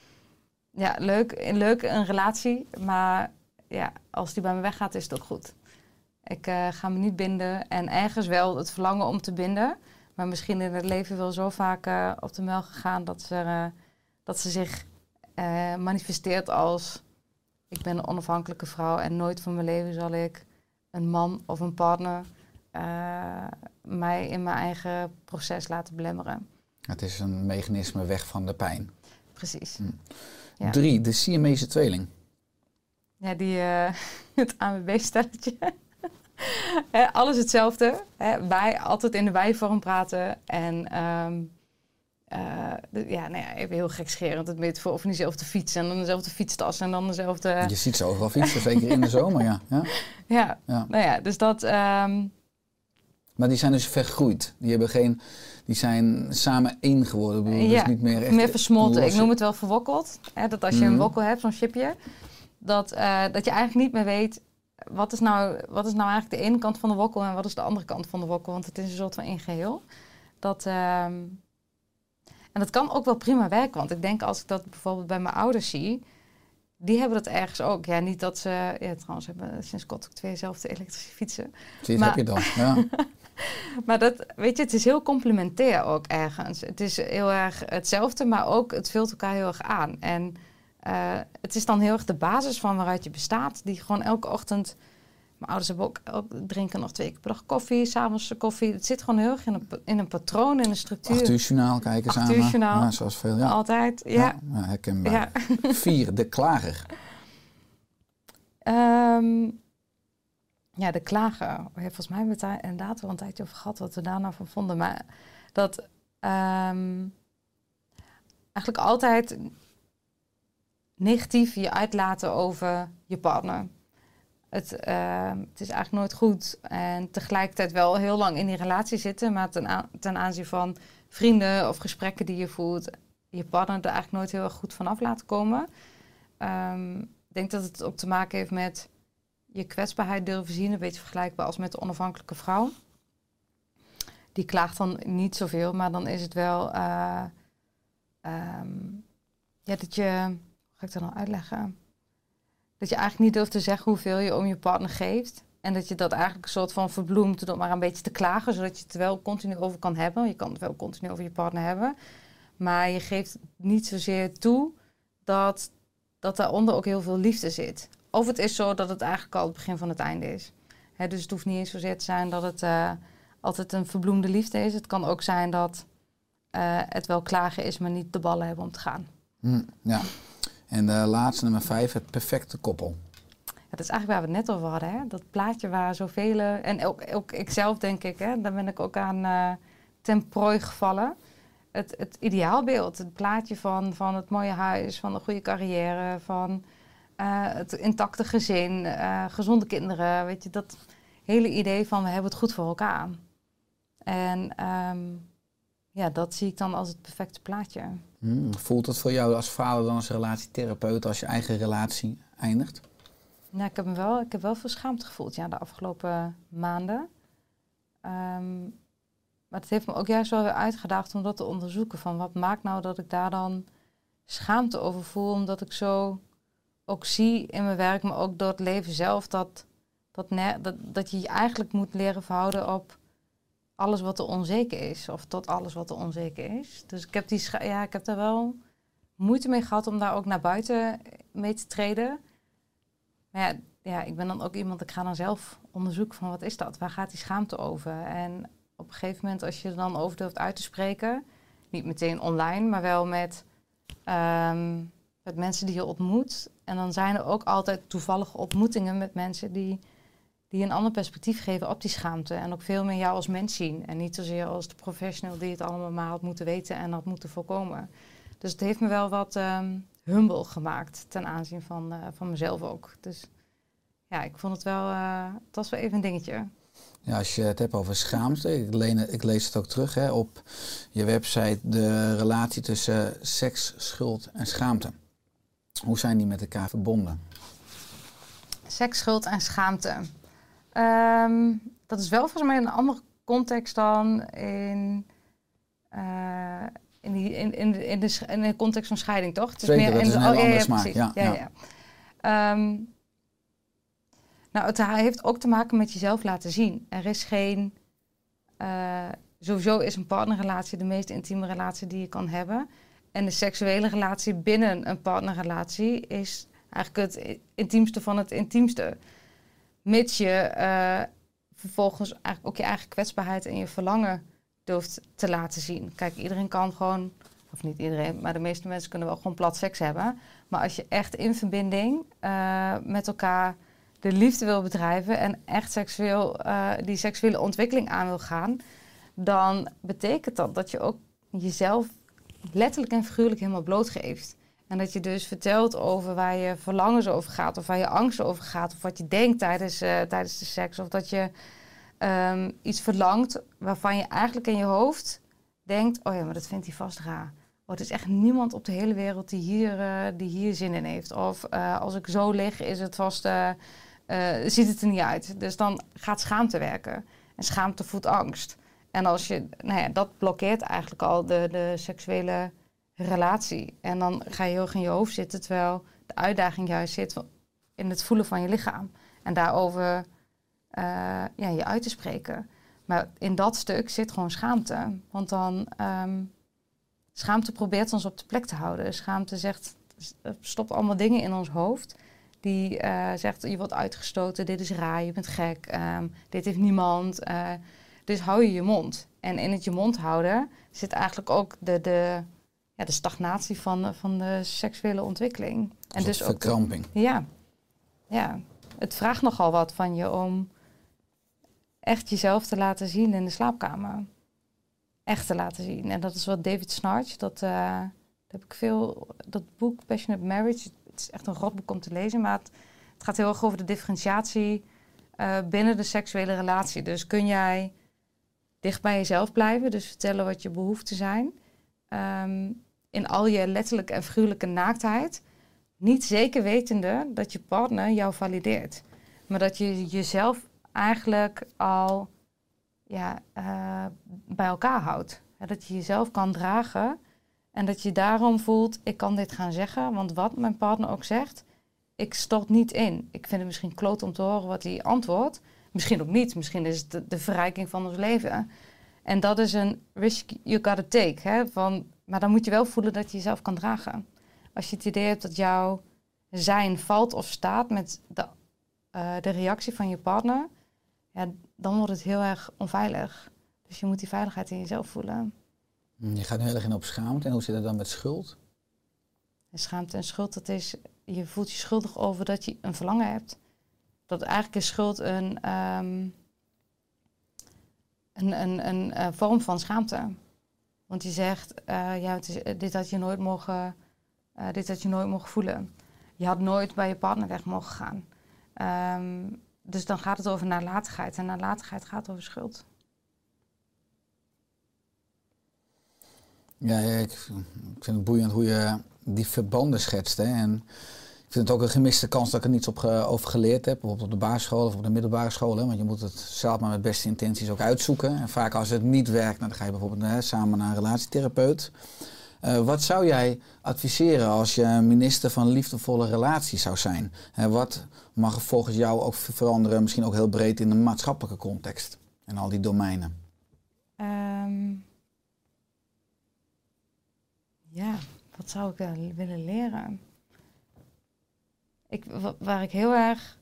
ja, leuk, leuk een relatie. Maar ja, als die bij me weggaat, is het ook goed. Ik uh, ga me niet binden. En ergens wel het verlangen om te binden. Maar misschien in het leven wel zo vaak uh, op de muil gegaan dat ze, uh, dat ze zich uh, manifesteert als... Ik ben een onafhankelijke vrouw en nooit van mijn leven zal ik een man of een partner uh, mij in mijn eigen proces laten belemmeren. Het is een mechanisme weg van de pijn. Precies. Hm. Ja. Drie, de Siamese tweeling. Ja, die, uh, het A M B-stelletje. Alles hetzelfde. Hè? Wij altijd in de wij-vorm praten en... Um, Uh, de, ja, nou ja, even heel gekscherend. Het met voor of dezelfde fiets en dan dezelfde fietstas en dan dezelfde... Je ziet ze overal fietsen, zeker in de zomer, ja. ja. Ja, Ja. nou ja, dus dat... Um... Maar die zijn dus vergroeid. Die, hebben geen, die zijn samen één geworden. Ik bedoel, ja, dus niet meer, echt meer versmolten. losse- Ik noem het wel verwokkeld. Hè, dat als je Mhm. een wokkel hebt, zo'n chipje, dat, uh, dat je eigenlijk niet meer weet... Wat is, nou, wat is nou eigenlijk de ene kant van de wokkel en wat is de andere kant van de wokkel? Want het is een soort van één geheel. Dat... Um... En dat kan ook wel prima werken, want ik denk als ik dat bijvoorbeeld bij mijn ouders zie, die hebben dat ergens ook. Ja, niet dat ze, ja trouwens hebben sinds kort ook twee zelfde elektrische fietsen. Zie je, maar- heb je dan. Ja. Maar dat, weet je, het is heel complementair ook ergens. Het is heel erg hetzelfde, maar ook het vult elkaar heel erg aan. En uh, het is dan heel erg de basis van waaruit je bestaat, die gewoon elke ochtend... Mijn ouders hebben ook, ook drinken nog twee keer per dag koffie, 's avonds koffie. Het zit gewoon heel erg in een, in een patroon, in een structuur. Acht uur journaal kijken Acht samen. uur journaal. Ja, zoals veel, ja. Altijd, ja. Ja, ja, herkenbaar. Ja. Vier, de klager. Um, ja, de klager. Ja, volgens mij hebben we het daar inderdaad wel een tijdje over gehad wat we daar nou van vonden. Maar dat, um, eigenlijk altijd negatief je uitlaten over je partner. Het, uh, het is eigenlijk nooit goed. En tegelijkertijd wel heel lang in die relatie zitten, maar ten, a- ten aanzien van vrienden of gesprekken die je voert, je partner er eigenlijk nooit heel erg goed vanaf laten komen. Um, ik denk dat het ook te maken heeft met je kwetsbaarheid durven zien. Een beetje vergelijkbaar als met de onafhankelijke vrouw. Die klaagt dan niet zoveel, maar dan is het wel Uh, um, ja, dat je, hoe ga ik dat nou uitleggen? Dat je eigenlijk niet durft te zeggen hoeveel je om je partner geeft. En dat je dat eigenlijk een soort van verbloemt door maar een beetje te klagen, zodat je het wel continu over kan hebben. Je kan het wel continu over je partner hebben. Maar je geeft niet zozeer toe dat, dat daaronder ook heel veel liefde zit. Of het is zo dat het eigenlijk al het begin van het einde is. He, dus het hoeft niet eens zozeer te zijn dat het uh, altijd een verbloemde liefde is. Het kan ook zijn dat uh, het wel klagen is, maar niet de ballen hebben om te gaan. Mm, ja. En de laatste, nummer vijf, het perfecte koppel. Ja, dat is eigenlijk waar we het net over hadden. Hè? Dat plaatje waar zoveel, en ook, ook ikzelf denk ik, hè, daar ben ik ook aan uh, ten prooi gevallen. Het, het ideaalbeeld, het plaatje van, van het mooie huis, van een goede carrière, van uh, het intacte gezin, uh, gezonde kinderen. Weet je, dat hele idee van we hebben het goed voor elkaar. En um, ja, dat zie ik dan als het perfecte plaatje. Hmm, voelt het voor jou als vader dan als relatietherapeut als je eigen relatie eindigt? Nou, ik heb, me wel, ik heb wel veel schaamte gevoeld ja, de afgelopen maanden. Um, maar het heeft me ook juist wel weer uitgedaagd om dat te onderzoeken. Van wat maakt nou dat ik daar dan schaamte over voel? Omdat ik zo ook zie in mijn werk, maar ook door het leven zelf, dat, dat, ne- dat, dat je je eigenlijk moet leren verhouden op alles wat er onzeker is. Of tot alles wat er onzeker is. Dus ik heb, die scha- ja, ik heb daar wel moeite mee gehad om daar ook naar buiten mee te treden. Maar ja, ja, ik ben dan ook iemand, ik ga dan zelf onderzoeken van wat is dat? Waar gaat die schaamte over? En op een gegeven moment als je er dan over durft uit te spreken, niet meteen online, maar wel met, um, met mensen die je ontmoet. En dan zijn er ook altijd toevallige ontmoetingen met mensen die, die een ander perspectief geven op die schaamte. En ook veel meer jou als mens zien. En niet zozeer als de professional die het allemaal maar had moeten weten en had moeten voorkomen. Dus het heeft me wel wat um, humble gemaakt ten aanzien van, uh, van mezelf ook. Dus ja, ik vond het wel, uh, het was wel even een dingetje. Ja, als je het hebt over schaamte, ik, leen, ik lees het ook terug hè, op je website, de relatie tussen seks, schuld en schaamte. Hoe zijn die met elkaar verbonden? Seks, schuld en schaamte. Um, dat is wel volgens mij een andere context dan in, uh, in, die, in, in, de, in, de, in de context van scheiding, toch? Het is Zeker, meer dat in is de, een heel oh, ja, andere ja, smaak. precies. Ja, ja, ja. ja. Um, nou, het heeft ook te maken met jezelf laten zien. Er is geen... Uh, sowieso is een partnerrelatie de meest intieme relatie die je kan hebben. En de seksuele relatie binnen een partnerrelatie is eigenlijk het intiemste van het intiemste. Mits je uh, vervolgens eigenlijk ook je eigen kwetsbaarheid en je verlangen durft te laten zien. Kijk, iedereen kan gewoon, of niet iedereen, maar de meeste mensen kunnen wel gewoon plat seks hebben. Maar als je echt in verbinding uh, met elkaar de liefde wil bedrijven en echt seksueel, uh, die seksuele ontwikkeling aan wil gaan, dan betekent dat dat je ook jezelf letterlijk en figuurlijk helemaal blootgeeft. En dat je dus vertelt over waar je verlangens over gaat, of waar je angst over gaat, of wat je denkt tijdens, uh, tijdens de seks. Of dat je um, iets verlangt waarvan je eigenlijk in je hoofd denkt, oh ja, maar dat vindt hij vast raar. Oh, er is echt niemand op de hele wereld die hier, uh, die hier zin in heeft. Of uh, als ik zo lig, is het vast, uh, uh, ziet het er niet uit. Dus dan gaat schaamte werken. En schaamte voedt angst. En als je, nou ja, dat blokkeert eigenlijk al de, de seksuele relatie. En dan ga je heel erg in je hoofd zitten, terwijl de uitdaging juist zit in het voelen van je lichaam. En daarover uh, ja, je uit te spreken. Maar in dat stuk zit gewoon schaamte. Want dan, um, schaamte probeert ons op de plek te houden. Schaamte zegt, stopt allemaal dingen in ons hoofd. Die uh, zegt, je wordt uitgestoten, dit is raar, je bent gek, um, dit heeft niemand. Uh, dus hou je je mond. En in het je mond houden zit eigenlijk ook de, de, ja, de stagnatie van, van de seksuele ontwikkeling. En dus ook verkramping. Ja, ja, het vraagt nogal wat van je om echt jezelf te laten zien in de slaapkamer. Echt te laten zien. En dat is wat David Snarch, dat, uh, heb ik veel, dat boek Passionate Marriage, het is echt een rotboek om te lezen, maar het, het gaat heel erg over de differentiatie uh, binnen de seksuele relatie. Dus kun jij dicht bij jezelf blijven, dus vertellen wat je behoeften zijn, um, in al je letterlijke en figuurlijke naaktheid, niet zeker wetende dat je partner jou valideert. Maar dat je jezelf eigenlijk al ja, uh, bij elkaar houdt. Ja, dat je jezelf kan dragen en dat je daarom voelt, ik kan dit gaan zeggen. Want wat mijn partner ook zegt, ik stort niet in. Ik vind het misschien kloot om te horen wat hij antwoordt. Misschien ook niet. Misschien is het de, de verrijking van ons leven. En dat is een risk you gotta take. Hè? Van, maar dan moet je wel voelen dat je jezelf kan dragen. Als je het idee hebt dat jouw zijn valt of staat met de, uh, de reactie van je partner, ja, dan wordt het heel erg onveilig. Dus je moet die veiligheid in jezelf voelen. Je gaat nu heel erg in op schaamte. En hoe zit het dan met schuld? En schaamte en schuld, dat is, je voelt je schuldig over dat je een verlangen hebt. Dat eigenlijk is schuld een, um, een, een, een uh, vorm van schaamte. Want je zegt, uh, ja, het is, dit had je nooit mogen, uh, dit had je nooit mogen voelen. Je had nooit bij je partner weg mogen gaan. Um, dus dan gaat het over nalatigheid. En nalatigheid gaat over schuld. Ja, ik, ik vind het boeiend hoe je die verbanden schetst. Hè? En ik vind het ook een gemiste kans dat ik er niets op ge, over geleerd heb. Bijvoorbeeld op de basisschool of op de middelbare school. Hè? Want je moet het zelf maar met beste intenties ook uitzoeken. En vaak als het niet werkt, dan ga je bijvoorbeeld hè, samen naar een relatietherapeut. Uh, wat zou jij adviseren als je minister van liefdevolle relaties zou zijn? Uh, wat mag er volgens jou ook veranderen, misschien ook heel breed in een maatschappelijke context en al die domeinen? Um, ja, wat zou ik uh, willen leren? Ik, w- waar ik heel erg...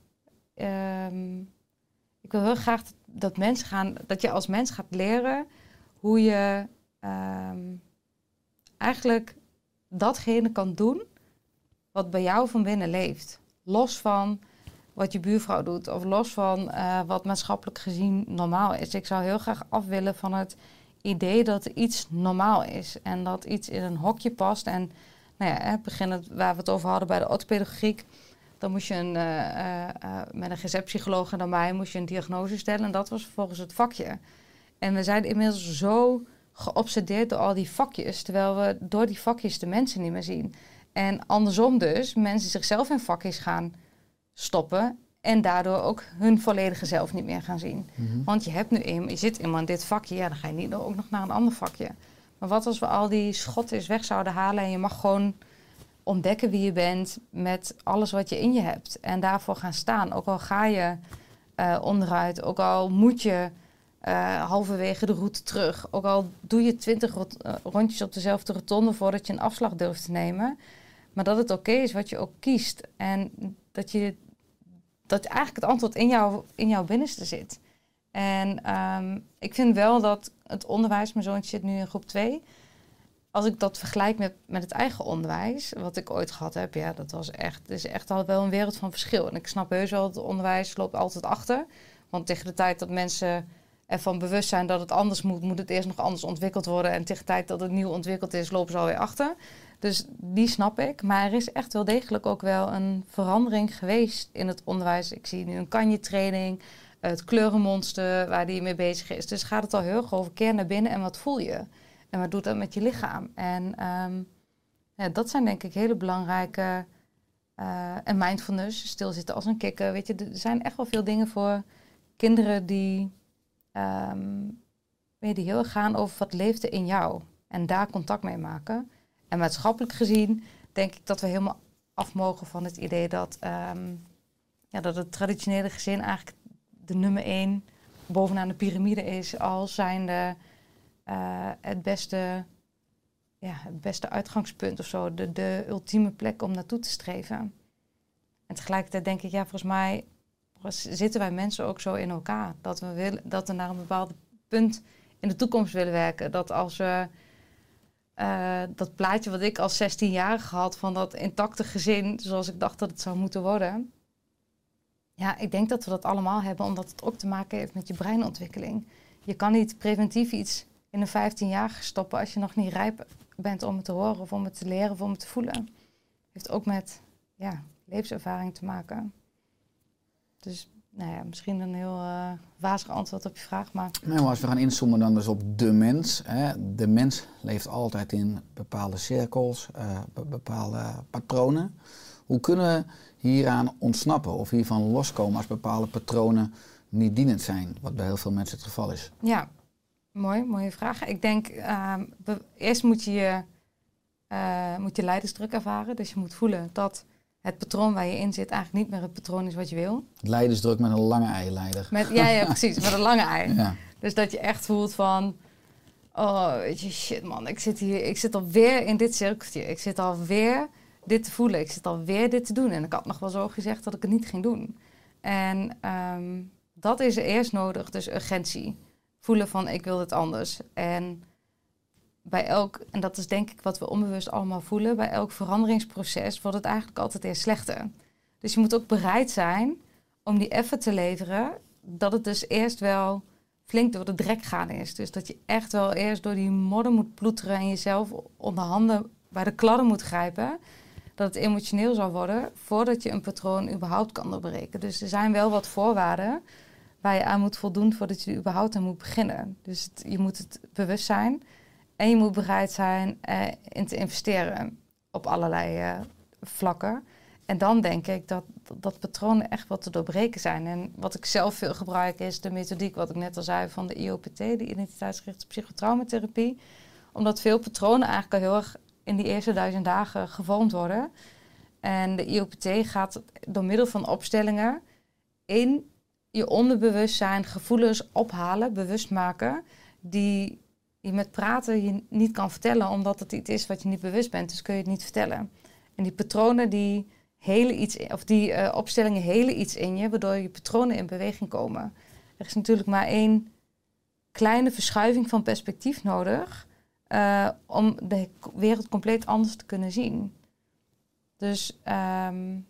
Um, ik wil heel graag dat, dat mensen gaan, dat je als mens gaat leren hoe je um, eigenlijk datgene kan doen wat bij jou van binnen leeft. Los van wat je buurvrouw doet of los van uh, wat maatschappelijk gezien normaal is. Ik zou heel graag af willen van het idee dat er iets normaal is en dat iets in een hokje past. En nou ja, het begin het, waar we het over hadden bij de orthopedagogiek, dan moest je een, uh, uh, uh, met een receptpsycholoog en dan bij moest je een diagnose stellen en dat was vervolgens het vakje. En we zijn inmiddels zo geobsedeerd door al die vakjes, terwijl we door die vakjes de mensen niet meer zien. En andersom dus, mensen zichzelf in vakjes gaan stoppen en daardoor ook hun volledige zelf niet meer gaan zien. Mm-hmm. Want je hebt nu eenmaal, je zit eenmaal in dit vakje, ja, dan ga je niet ook nog naar een ander vakje. Maar wat als we al die schotten weg zouden halen en je mag gewoon ontdekken wie je bent met alles wat je in je hebt en daarvoor gaan staan. Ook al ga je uh, onderuit, ook al moet je uh, halverwege de route terug, ook al doe je twintig rot, uh, rondjes op dezelfde rotonde voordat je een afslag durft te nemen. Maar dat het oké okay is wat je ook kiest en dat je dat eigenlijk het antwoord in, jou, in jouw binnenste zit. En um, ik vind wel dat het onderwijs, mijn zoontje zit nu in groep twee, als ik dat vergelijk met, met het eigen onderwijs, wat ik ooit gehad heb, ja, dat was echt, is echt al wel een wereld van verschil. En ik snap heus wel dat het onderwijs loopt altijd achter. Want tegen de tijd dat mensen ervan bewust zijn dat het anders moet, moet het eerst nog anders ontwikkeld worden. En tegen de tijd dat het nieuw ontwikkeld is, lopen ze alweer achter. Dus die snap ik. Maar er is echt wel degelijk ook wel een verandering geweest in het onderwijs. Ik zie nu een kanjetraining, het kleurenmonster waar die mee bezig is. Dus gaat het al heel erg over keer naar binnen en wat voel je? En wat doet dat met je lichaam? En um, ja, dat zijn denk ik hele belangrijke... Uh, en mindfulness, stilzitten als een kikker. Weet je, er zijn echt wel veel dingen voor kinderen die, um, die heel erg gaan over wat leeft er in jou. En daar contact mee maken. En maatschappelijk gezien denk ik dat we helemaal af mogen van het idee dat, um, ja, dat het traditionele gezin eigenlijk de nummer één bovenaan de piramide is als zijnde uh, het beste, ja, het beste uitgangspunt of zo. De, de ultieme plek om naartoe te streven. En tegelijkertijd denk ik, ja, volgens mij zitten wij mensen ook zo in elkaar. Dat we, willen, dat we naar een bepaald punt in de toekomst willen werken. Dat als we uh, dat plaatje wat ik als zestienjarige had van dat intacte gezin, zoals ik dacht dat het zou moeten worden. Ja, ik denk dat we dat allemaal hebben, omdat het ook te maken heeft met je breinontwikkeling. Je kan niet preventief iets in een vijftienjarige stoppen als je nog niet rijp bent om het te horen of om het te leren of om het te voelen. Heeft ook met ja, levenservaring te maken. Dus nou ja, misschien een heel uh, wazig antwoord op je vraag. Maar... Nee, maar als we gaan inzoomen dan dus op de mens. Hè. De mens leeft altijd in bepaalde cirkels, uh, be- bepaalde patronen. Hoe kunnen we hieraan ontsnappen of hiervan loskomen als bepaalde patronen niet dienend zijn? Wat bij heel veel mensen het geval is. Ja, mooi, mooie vraag. Ik denk, uh, be- eerst moet je, je, uh, moet je leidersdruk ervaren. Dus je moet voelen dat het patroon waar je in zit eigenlijk niet meer het patroon is wat je wil. Leidersdruk met een lange ei-leider. Met, ja, ja, precies, met een lange ei. Ja. Dus dat je echt voelt van, oh, weet je, shit man, ik zit hier, ik zit alweer in dit cirkeltje. Ik zit alweer dit te voelen, ik zit alweer dit te doen. En ik had nog wel zo gezegd dat ik het niet ging doen. En um, dat is eerst nodig, dus urgentie. Voelen van, ik wil het anders. En bij elk, en dat is denk ik wat we onbewust allemaal voelen, bij elk veranderingsproces wordt het eigenlijk altijd eerst slechter. Dus je moet ook bereid zijn om die effort te leveren, dat het dus eerst wel flink door de drek gaan is. Dus dat je echt wel eerst door die modder moet ploeteren en jezelf onder handen bij de kladden moet grijpen, dat het emotioneel zal worden voordat je een patroon überhaupt kan doorbreken. Dus er zijn wel wat voorwaarden waar je aan moet voldoen voordat je er überhaupt aan moet beginnen. Dus het, je moet het bewust zijn en je moet bereid zijn uh, in te investeren op allerlei uh, vlakken. En dan denk ik dat, dat patronen echt wat te doorbreken zijn. En wat ik zelf veel gebruik is de methodiek, wat ik net al zei, van de I O P T, de identiteitsgerichte psychotraumatherapie. Omdat veel patronen eigenlijk al heel erg in die eerste duizend dagen gevormd worden. En de I O P T gaat door middel van opstellingen in je onderbewustzijn gevoelens ophalen, bewust maken, die je met praten je niet kan vertellen, omdat het iets is wat je niet bewust bent. Dus kun je het niet vertellen. En die patronen, die helen iets, of die uh, opstellingen helen iets in je, waardoor je patronen in beweging komen. Er is natuurlijk maar één kleine verschuiving van perspectief nodig uh, om de wereld compleet anders te kunnen zien. Dus um,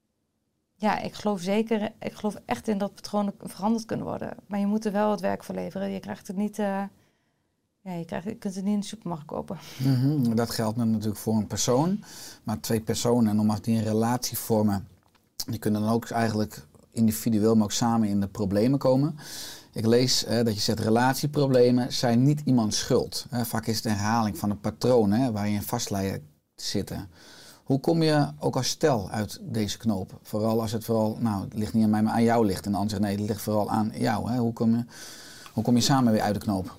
ja, ik geloof zeker, ik geloof echt in dat patronen veranderd kunnen worden. Maar je moet er wel het werk voor leveren. Je krijgt het niet, uh, ja, je, krijgt, je kunt het niet in de supermarkt kopen. Mm-hmm. Dat geldt natuurlijk voor een persoon. Maar twee personen, nogmaals, die een relatie vormen, die kunnen dan ook eigenlijk individueel, maar ook samen in de problemen komen. Ik lees eh, dat je zegt, relatieproblemen zijn niet iemands schuld. Eh, vaak is het een herhaling van een patroon eh, waar je in vast lijkt te zitten. Hoe kom je ook als stel uit deze knoop? Vooral als het vooral, nou, het ligt niet aan mij, maar aan jou ligt. En de ander zegt, nee, het ligt vooral aan jou. Hè? Hoe kom je, hoe kom je samen weer uit de knoop?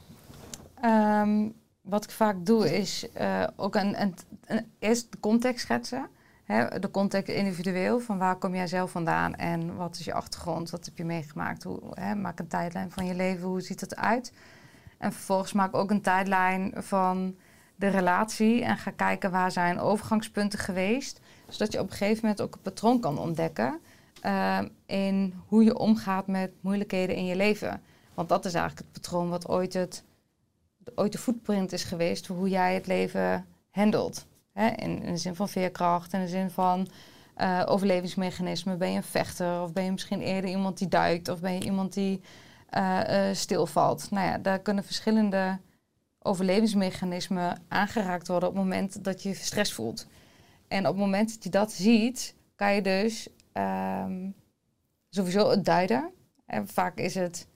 Um, wat ik vaak doe is uh, ook een, een, een, eerst de context schetsen. Hè? De context individueel, van waar kom jij zelf vandaan en wat is je achtergrond, wat heb je meegemaakt. Hoe, hè? Maak een tijdlijn van je leven, hoe ziet het eruit? En vervolgens maak ik ook een tijdlijn van de relatie en ga kijken waar zijn overgangspunten geweest, zodat je op een gegeven moment ook een patroon kan ontdekken uh, in hoe je omgaat met moeilijkheden in je leven. Want dat is eigenlijk het patroon wat ooit, het, ooit de footprint is geweest voor hoe jij het leven handelt. Hè? In, in de zin van veerkracht, in de zin van uh, overlevingsmechanismen. Ben je een vechter of ben je misschien eerder iemand die duikt of ben je iemand die uh, uh, stilvalt. Nou ja, daar kunnen verschillende overlevingsmechanismen aangeraakt worden op het moment dat je je stress voelt. En op het moment dat je dat ziet, kan je dus um, sowieso het duiden. En vaak is het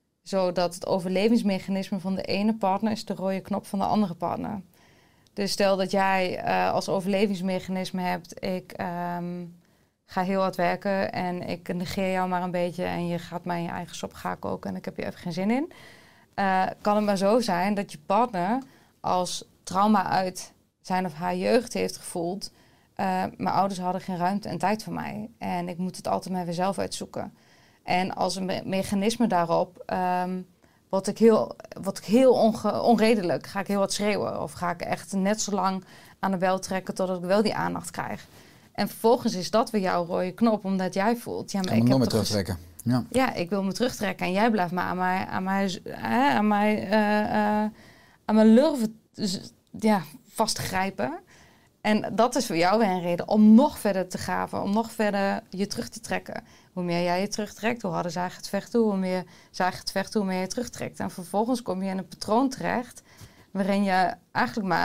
zo dat het overlevingsmechanisme van de ene partner is de rode knop van de andere partner. Dus stel dat jij uh, als overlevingsmechanisme hebt, ik um, ga heel hard werken en ik negeer jou maar een beetje en je gaat mij in je eigen sop gaan koken en ik heb hier even geen zin in. Uh, kan het maar zo zijn dat je partner als trauma uit zijn of haar jeugd heeft gevoeld, Uh, mijn ouders hadden geen ruimte en tijd voor mij. En ik moet het altijd maar weer zelf uitzoeken. En als een me- mechanisme daarop, um, word ik heel, word ik heel onge- onredelijk. Ga ik heel wat schreeuwen. Of ga ik echt net zo lang aan de bel trekken totdat ik wel die aandacht krijg. En vervolgens is dat weer jouw rode knop, omdat jij voelt. Ja, maar ik moet heb nog meer toch terugtrekken. Ja. Ja, ik wil me terugtrekken. En jij blijft maar aan mij, aan mij, uh, aan mij, uh, uh, aan mijn lurven ja, vastgrijpen. En dat is voor jou weer een reden om nog verder te graven, om nog verder je terug te trekken. Hoe meer jij je terugtrekt, hoe harder zij gaat vechten, hoe meer zij gaat vechten, hoe meer je terugtrekt. En vervolgens kom je in een patroon terecht waarin je eigenlijk maar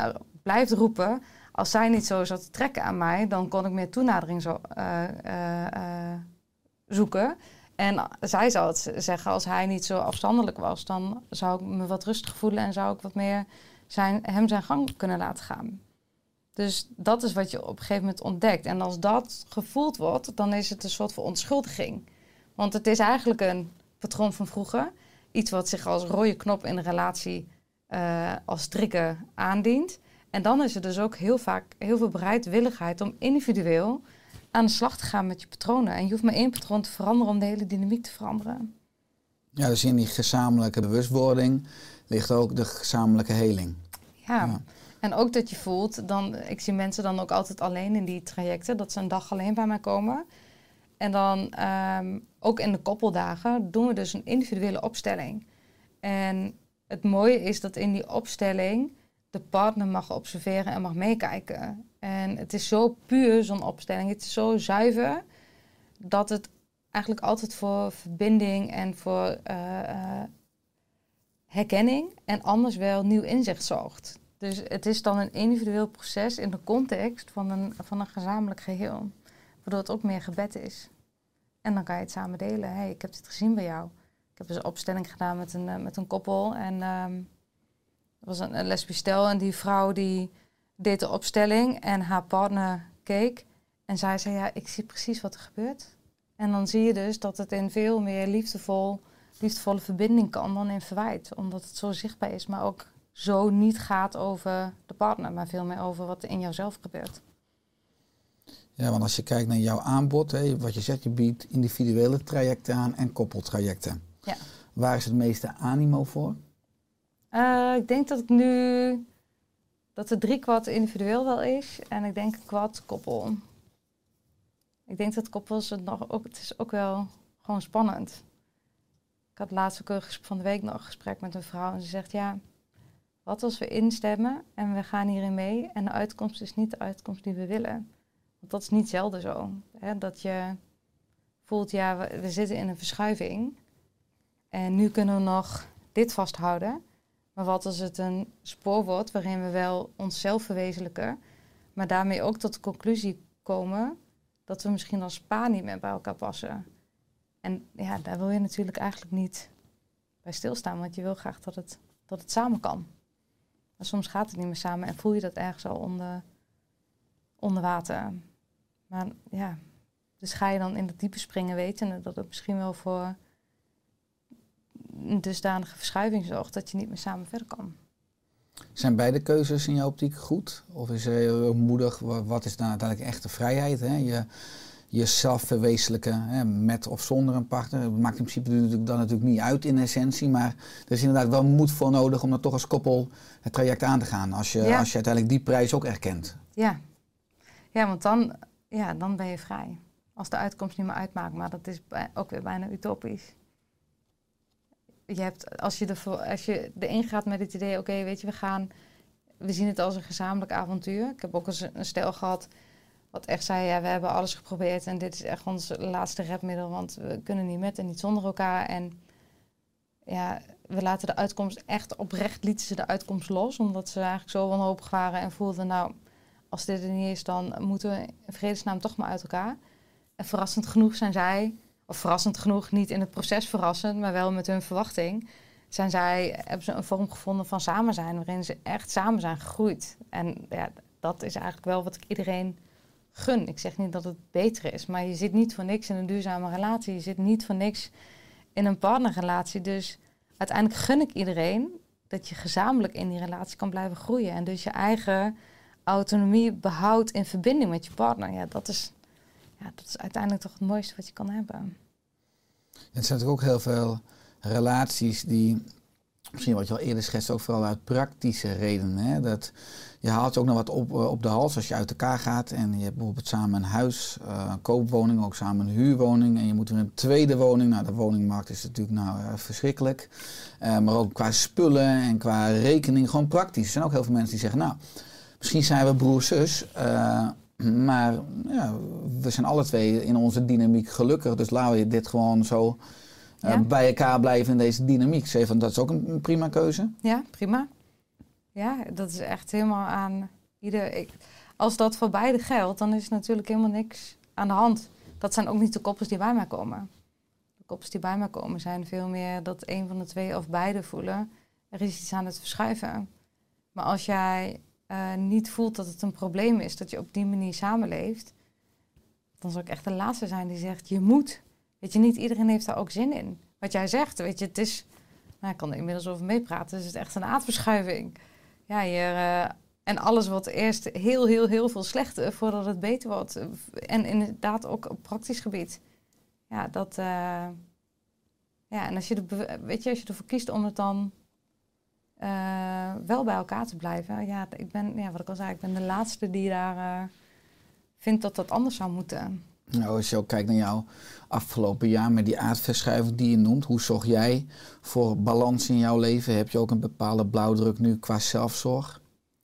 blijft roepen, als zij niet zo zat te trekken aan mij, dan kon ik meer toenadering zo, uh, uh, uh, zoeken. En zij zou het zeggen, als hij niet zo afstandelijk was, dan zou ik me wat rustig voelen en zou ik wat meer zijn, hem zijn gang kunnen laten gaan. Dus dat is wat je op een gegeven moment ontdekt. En als dat gevoeld wordt, dan is het een soort van onschuldiging. Want het is eigenlijk een patroon van vroeger. Iets wat zich als rode knop in een relatie uh, als trigger aandient. En dan is er dus ook heel vaak heel veel bereidwilligheid om individueel aan de slag te gaan met je patronen. En je hoeft maar één patroon te veranderen om de hele dynamiek te veranderen. Ja, dus in die gezamenlijke bewustwording ligt ook de gezamenlijke heling. Ja, ja. En ook dat je voelt, dan, ik zie mensen dan ook altijd alleen in die trajecten, dat ze een dag alleen bij mij komen. En dan um, ook in de koppeldagen doen we dus een individuele opstelling. En het mooie is dat in die opstelling de partner mag observeren en mag meekijken. En het is zo puur, zo'n opstelling. Het is zo zuiver dat het eigenlijk altijd voor verbinding en voor uh, uh, herkenning en anders wel nieuw inzicht zorgt. Dus het is dan een individueel proces in de context van een, van een gezamenlijk geheel. Waardoor het ook meer gebed is. En dan kan je het samen delen. Hey, ik heb dit gezien bij jou. Ik heb dus een opstelling gedaan met een, uh, met een koppel. En um, er was een, een lesbisch stel. En die vrouw die deed de opstelling. En haar partner keek. En zij zei, ja, ik zie precies wat er gebeurt. En dan zie je dus dat het in veel meer liefdevol, liefdevolle verbinding kan dan in verwijt. Omdat het zo zichtbaar is, maar ook zo niet gaat over de partner. Maar veel meer over wat er in jouzelf gebeurt. Ja, want als je kijkt naar jouw aanbod, hè, wat je zegt, je biedt individuele trajecten aan en koppeltrajecten. Ja. Waar is het meeste animo voor? Uh, ik denk dat ik nu, dat er drie kwart individueel wel is en ik denk een kwart koppel. Ik denk dat koppels het nog ook, het is ook wel gewoon spannend. Ik had laatst ook een gesprek van de week nog een gesprek met een vrouw en ze zegt, ja, wat als we instemmen en we gaan hierin mee en de uitkomst is niet de uitkomst die we willen. Want dat is niet zelden zo. Hè? Dat je voelt, ja, we, we zitten in een verschuiving. En nu kunnen we nog dit vasthouden. Maar wat als het een spoor wordt waarin we wel onszelf verwezenlijken. Maar daarmee ook tot de conclusie komen dat we misschien als paar niet meer bij elkaar passen. En ja, daar wil je natuurlijk eigenlijk niet bij stilstaan. Want je wil graag dat het, dat het samen kan. Maar soms gaat het niet meer samen en voel je dat ergens al onder, onder water. Maar ja, dus ga je dan in het diepe springen weten dat het misschien wel voor een dusdanige verschuiving zorgt dat je niet meer samen verder kan. Zijn beide keuzes in jouw optiek goed? Of is er heel moedig, wat is dan uiteindelijk echte vrijheid? Hè? Je, jezelf verwezenlijken, hè? Met of zonder een partner. Het maakt in principe natuurlijk dan natuurlijk niet uit in essentie, maar er is inderdaad wel moed voor nodig om dan toch als koppel het traject aan te gaan. Als je, ja. als je uiteindelijk die prijs ook erkent. Ja, ja want dan, ja, dan ben je vrij. Als de uitkomst niet meer uitmaakt, maar dat is bij, ook weer bijna utopisch. Je hebt, als je, de, als je erin gaat met het idee, oké, okay, weet je, we gaan, we zien het als een gezamenlijk avontuur. Ik heb ook eens een stel gehad wat echt zei, ja, we hebben alles geprobeerd en dit is echt ons laatste redmiddel, want we kunnen niet met en niet zonder elkaar. En ja, we laten de uitkomst echt oprecht, lieten ze de uitkomst los, omdat ze eigenlijk zo wanhopig waren en voelden, nou, als dit er niet is, dan moeten we in vredesnaam toch maar uit elkaar. En verrassend genoeg zijn zij, of verrassend genoeg, niet in het proces verrassend, maar wel met hun verwachting, zijn zij, hebben ze een vorm gevonden van samen zijn, waarin ze echt samen zijn gegroeid. En ja, dat is eigenlijk wel wat ik iedereen gun. Ik zeg niet dat het beter is, maar je zit niet voor niks in een duurzame relatie. Je zit niet voor niks in een partnerrelatie. Dus uiteindelijk gun ik iedereen dat je gezamenlijk in die relatie kan blijven groeien. En dus je eigen autonomie behoudt in verbinding met je partner. Ja, dat is, ja, dat is uiteindelijk toch het mooiste wat je kan hebben. Het zijn natuurlijk ook heel veel relaties die, misschien wat je al eerder schetst, ook vooral uit praktische redenen. Hè? Dat je haalt je ook nog wat op, op de hals als je uit elkaar gaat en je hebt bijvoorbeeld samen een huis, uh, een koopwoning, ook samen een huurwoning en je moet weer een tweede woning. Nou, de woningmarkt is natuurlijk nou uh, verschrikkelijk. Uh, maar ook qua spullen en qua rekening, gewoon praktisch. Er zijn ook heel veel mensen die zeggen, nou, misschien zijn we broer, zus, uh, maar ja, we zijn alle twee in onze dynamiek gelukkig, dus laten we dit gewoon zo uh, ja. bij elkaar blijven in deze dynamiek. Zeg van, dat is ook een, een prima keuze. Ja, prima. Ja, dat is echt helemaal aan, Ieder, ik, als dat voor beide geldt, dan is er natuurlijk helemaal niks aan de hand. Dat zijn ook niet de koppels die bij mij komen. De koppels die bij mij komen zijn veel meer dat een van de twee of beide voelen. Er is iets aan het verschuiven. Maar als jij uh, niet voelt dat het een probleem is, dat je op die manier samenleeft, dan zal ik echt de laatste zijn die zegt, je moet. Weet je, niet iedereen heeft daar ook zin in. Wat jij zegt, weet je, het is, nou, ik kan er inmiddels over meepraten, het is echt een aardverschuiving. Ja, je, uh, en alles wordt eerst heel, heel, heel veel slechter voordat het beter wordt. En inderdaad ook op praktisch gebied. Ja, dat, uh, ja, en als je, de, weet je, als je ervoor kiest om het dan uh, wel bij elkaar te blijven. Ja, ik ben, ja, wat ik al zei, ik ben de laatste die daar uh, vindt dat dat anders zou moeten. Nou, als je ook kijkt naar jouw afgelopen jaar met die aardverschuiving die je noemt, hoe zorg jij voor balans in jouw leven? Heb je ook een bepaalde blauwdruk nu qua zelfzorg?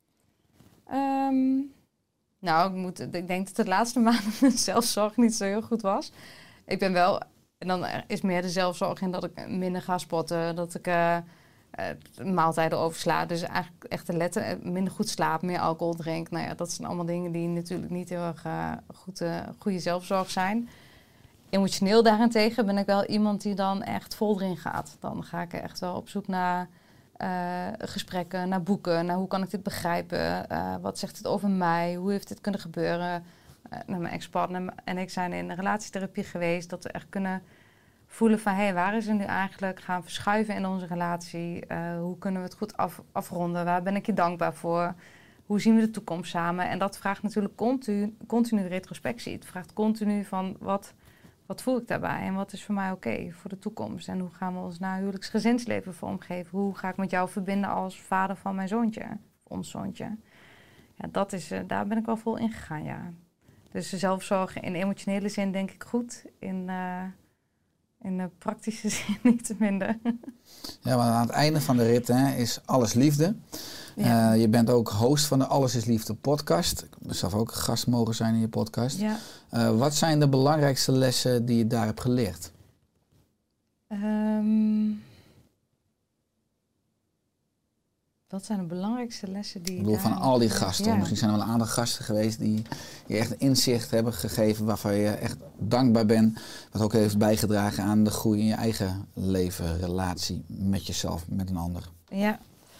Um, nou, ik, moet, ik denk dat de laatste maanden mijn zelfzorg niet zo heel goed was. Ik ben wel, en dan is meer de zelfzorg in dat ik minder ga sporten, dat ik uh, uh, maaltijden oversla. Dus eigenlijk echt te letten, minder goed slaap, meer alcohol drink. Nou ja, dat zijn allemaal dingen die natuurlijk niet heel erg uh, goed, uh, goede zelfzorg zijn. Emotioneel daarentegen ben ik wel iemand die dan echt vol erin gaat. Dan ga ik echt wel op zoek naar uh, gesprekken, naar boeken, naar hoe kan ik dit begrijpen? Uh, wat zegt het over mij? Hoe heeft dit kunnen gebeuren? Uh, mijn ex-partner en ik zijn in een relatietherapie geweest, dat we echt kunnen voelen van, hé, hey, waar is er nu eigenlijk gaan verschuiven in onze relatie? Uh, hoe kunnen we het goed af, afronden? Waar ben ik je dankbaar voor? Hoe zien we de toekomst samen? En dat vraagt natuurlijk continu, continu retrospectie. Het vraagt continu van, wat, wat voel ik daarbij? En wat is voor mij oké okay voor de toekomst? En hoe gaan we ons na huwelijksgezinsleven vormgeven? Hoe ga ik met jou verbinden als vader van mijn zoontje? Of ons zoontje? Ja, dat is, uh, daar ben ik wel vol in gegaan, ja. Dus zelfzorg in emotionele zin denk ik goed. In... Uh, In de praktische zin niet te minder. Ja, want aan het einde van de rit hè, is alles liefde. Ja. Uh, je bent ook host van de Alles is Liefde podcast. Ik heb zelf ook gast mogen zijn in je podcast. Ja. Uh, wat zijn de belangrijkste lessen die je daar hebt geleerd? Um, wat zijn de belangrijkste lessen die je Ik bedoel, van al die gasten. Ja. Misschien zijn er wel een aantal gasten geweest die je echt inzicht hebben gegeven waarvan je echt dankbaar bent. Wat ook heeft bijgedragen aan de groei in je eigen leven, relatie met jezelf, met een ander. Ja.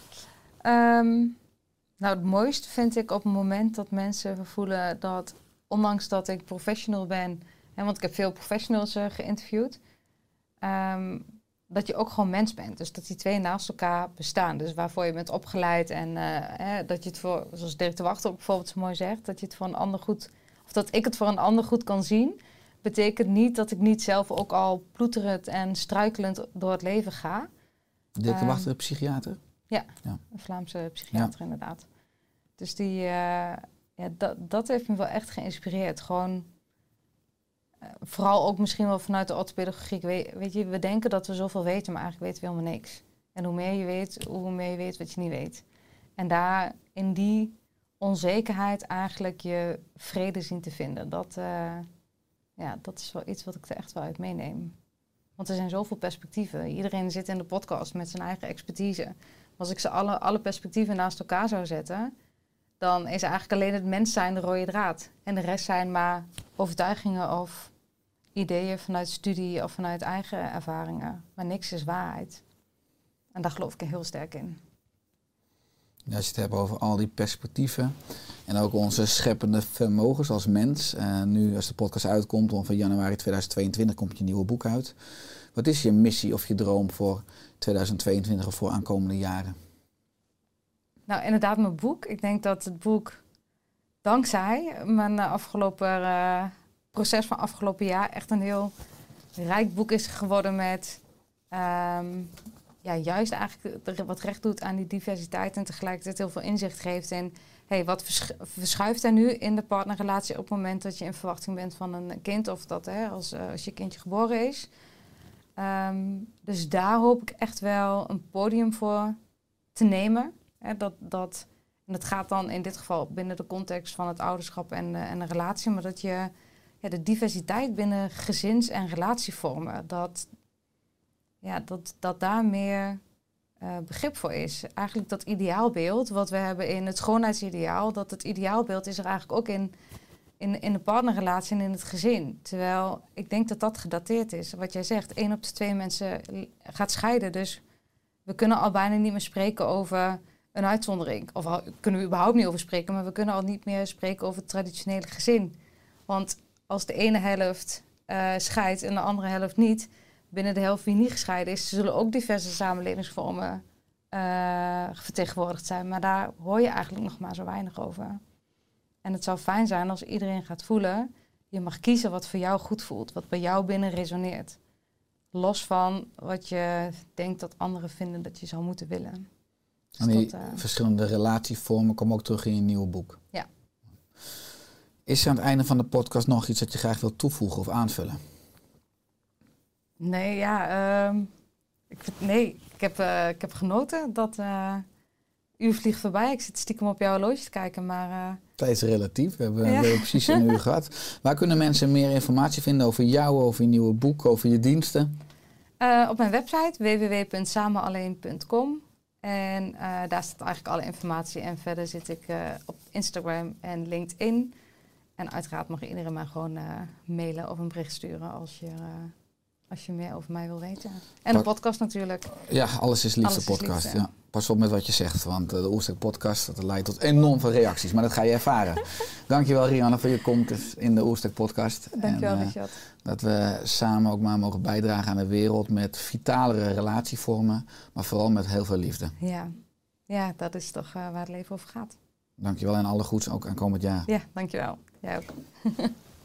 Um, nou, het mooiste vind ik op het moment dat mensen voelen dat, ondanks dat ik professional ben, hè, want ik heb veel professionals uh, geïnterviewd, um, dat je ook gewoon mens bent. Dus dat die twee naast elkaar bestaan. Dus waarvoor je bent opgeleid en uh, hè, dat je het voor, zoals Dirk de Wachter ook bijvoorbeeld zo mooi zegt, dat je het voor een ander goed, of dat ik het voor een ander goed kan zien, betekent niet dat ik niet zelf ook al ploeterend en struikelend door het leven ga. Dirk de Wachter, um, psychiater? Ja, ja, een Vlaamse psychiater ja. inderdaad. Dus die, uh, ja, dat, dat heeft me wel echt geïnspireerd. Gewoon, uh, vooral ook misschien wel vanuit de orthopedagogiek. We, weet je, we denken dat we zoveel weten, maar eigenlijk weten we helemaal niks. En hoe meer je weet, hoe meer je weet wat je niet weet. En daar in die onzekerheid eigenlijk je vrede zien te vinden. Dat, uh, ja, dat is wel iets wat ik er echt wel uit meeneem. Want er zijn zoveel perspectieven. Iedereen zit in de podcast met zijn eigen expertise. Maar als ik ze alle, alle perspectieven naast elkaar zou zetten, dan is eigenlijk alleen het mens zijn de rode draad. En de rest zijn maar overtuigingen of ideeën vanuit studie of vanuit eigen ervaringen. Maar niks is waarheid. En daar geloof ik heel sterk in. Ja, als je het hebt over al die perspectieven en ook onze scheppende vermogens als mens. Uh, nu als de podcast uitkomt, van januari tweeduizend tweeëntwintig komt je nieuwe boek uit. Wat is je missie of je droom voor tweeduizend tweeëntwintig of voor aankomende jaren? Nou, inderdaad mijn boek. Ik denk dat het boek, dankzij mijn afgelopen uh, proces van afgelopen jaar, echt een heel rijk boek is geworden met Um, ja, juist eigenlijk wat recht doet aan die diversiteit en tegelijkertijd heel veel inzicht geeft in, hey, wat versch- verschuift er nu in de partnerrelatie op het moment dat je in verwachting bent van een kind of dat hè, als, uh, als je kindje geboren is. Um, dus daar hoop ik echt wel een podium voor te nemen. Hè, dat, dat, en dat gaat dan in dit geval binnen de context van het ouderschap en, uh, en de relatie, maar dat je ja, de diversiteit binnen gezins- en relatievormen, dat Ja, dat, dat daar meer uh, begrip voor is. Eigenlijk dat ideaalbeeld wat we hebben in het schoonheidsideaal, dat het ideaalbeeld is er eigenlijk ook in, in, in de partnerrelatie en in het gezin. Terwijl ik denk dat dat gedateerd is. Wat jij zegt, één op de twee mensen gaat scheiden. Dus we kunnen al bijna niet meer spreken over een uitzondering. Of al, kunnen we überhaupt niet over spreken, maar we kunnen al niet meer spreken over het traditionele gezin. Want als de ene helft uh, scheidt en de andere helft niet, binnen de helft wie niet gescheiden is, zullen ook diverse samenlevingsvormen uh, vertegenwoordigd zijn. Maar daar hoor je eigenlijk nog maar zo weinig over. En het zou fijn zijn als iedereen gaat voelen, je mag kiezen wat voor jou goed voelt, wat bij jou binnen resoneert. Los van wat je denkt dat anderen vinden dat je zou moeten willen. Dus en die dat, uh, verschillende relatievormen komen ook terug in je nieuwe boek. Ja. Is er aan het einde van de podcast nog iets dat je graag wilt toevoegen of aanvullen? Nee, ja. Uh, ik, nee, ik heb, uh, ik heb genoten dat uh, uur vliegt voorbij. Ik zit stiekem op jouw horloge te kijken, maar... Uh, Tijd is relatief. We hebben, ja. we hebben precies een uur gehad. Waar kunnen mensen meer informatie vinden over jou, over je nieuwe boek, over je diensten? Uh, op mijn website w w w punt samen alleen punt com. En uh, daar staat eigenlijk alle informatie. En verder zit ik uh, op Instagram en LinkedIn. En uiteraard mag iedereen mij gewoon uh, mailen of een bericht sturen als je, uh, als je meer over mij wil weten. En een podcast natuurlijk. Ja, Alles is Liefde Alles is podcast. liefde. Ja. Pas op met wat je zegt, want uh, de Oersterk podcast dat leidt tot enorm veel reacties. Maar dat ga je ervaren. Dankjewel Rianne voor je komst in de Oersterk podcast. Dankjewel en, uh, Richard. Dat we samen ook maar mogen bijdragen aan de wereld met vitalere relatievormen. Maar vooral met heel veel liefde. Ja, ja dat is toch uh, waar het leven over gaat. Dankjewel en alle goeds ook aan komend jaar. Ja, dankjewel. Jij ook.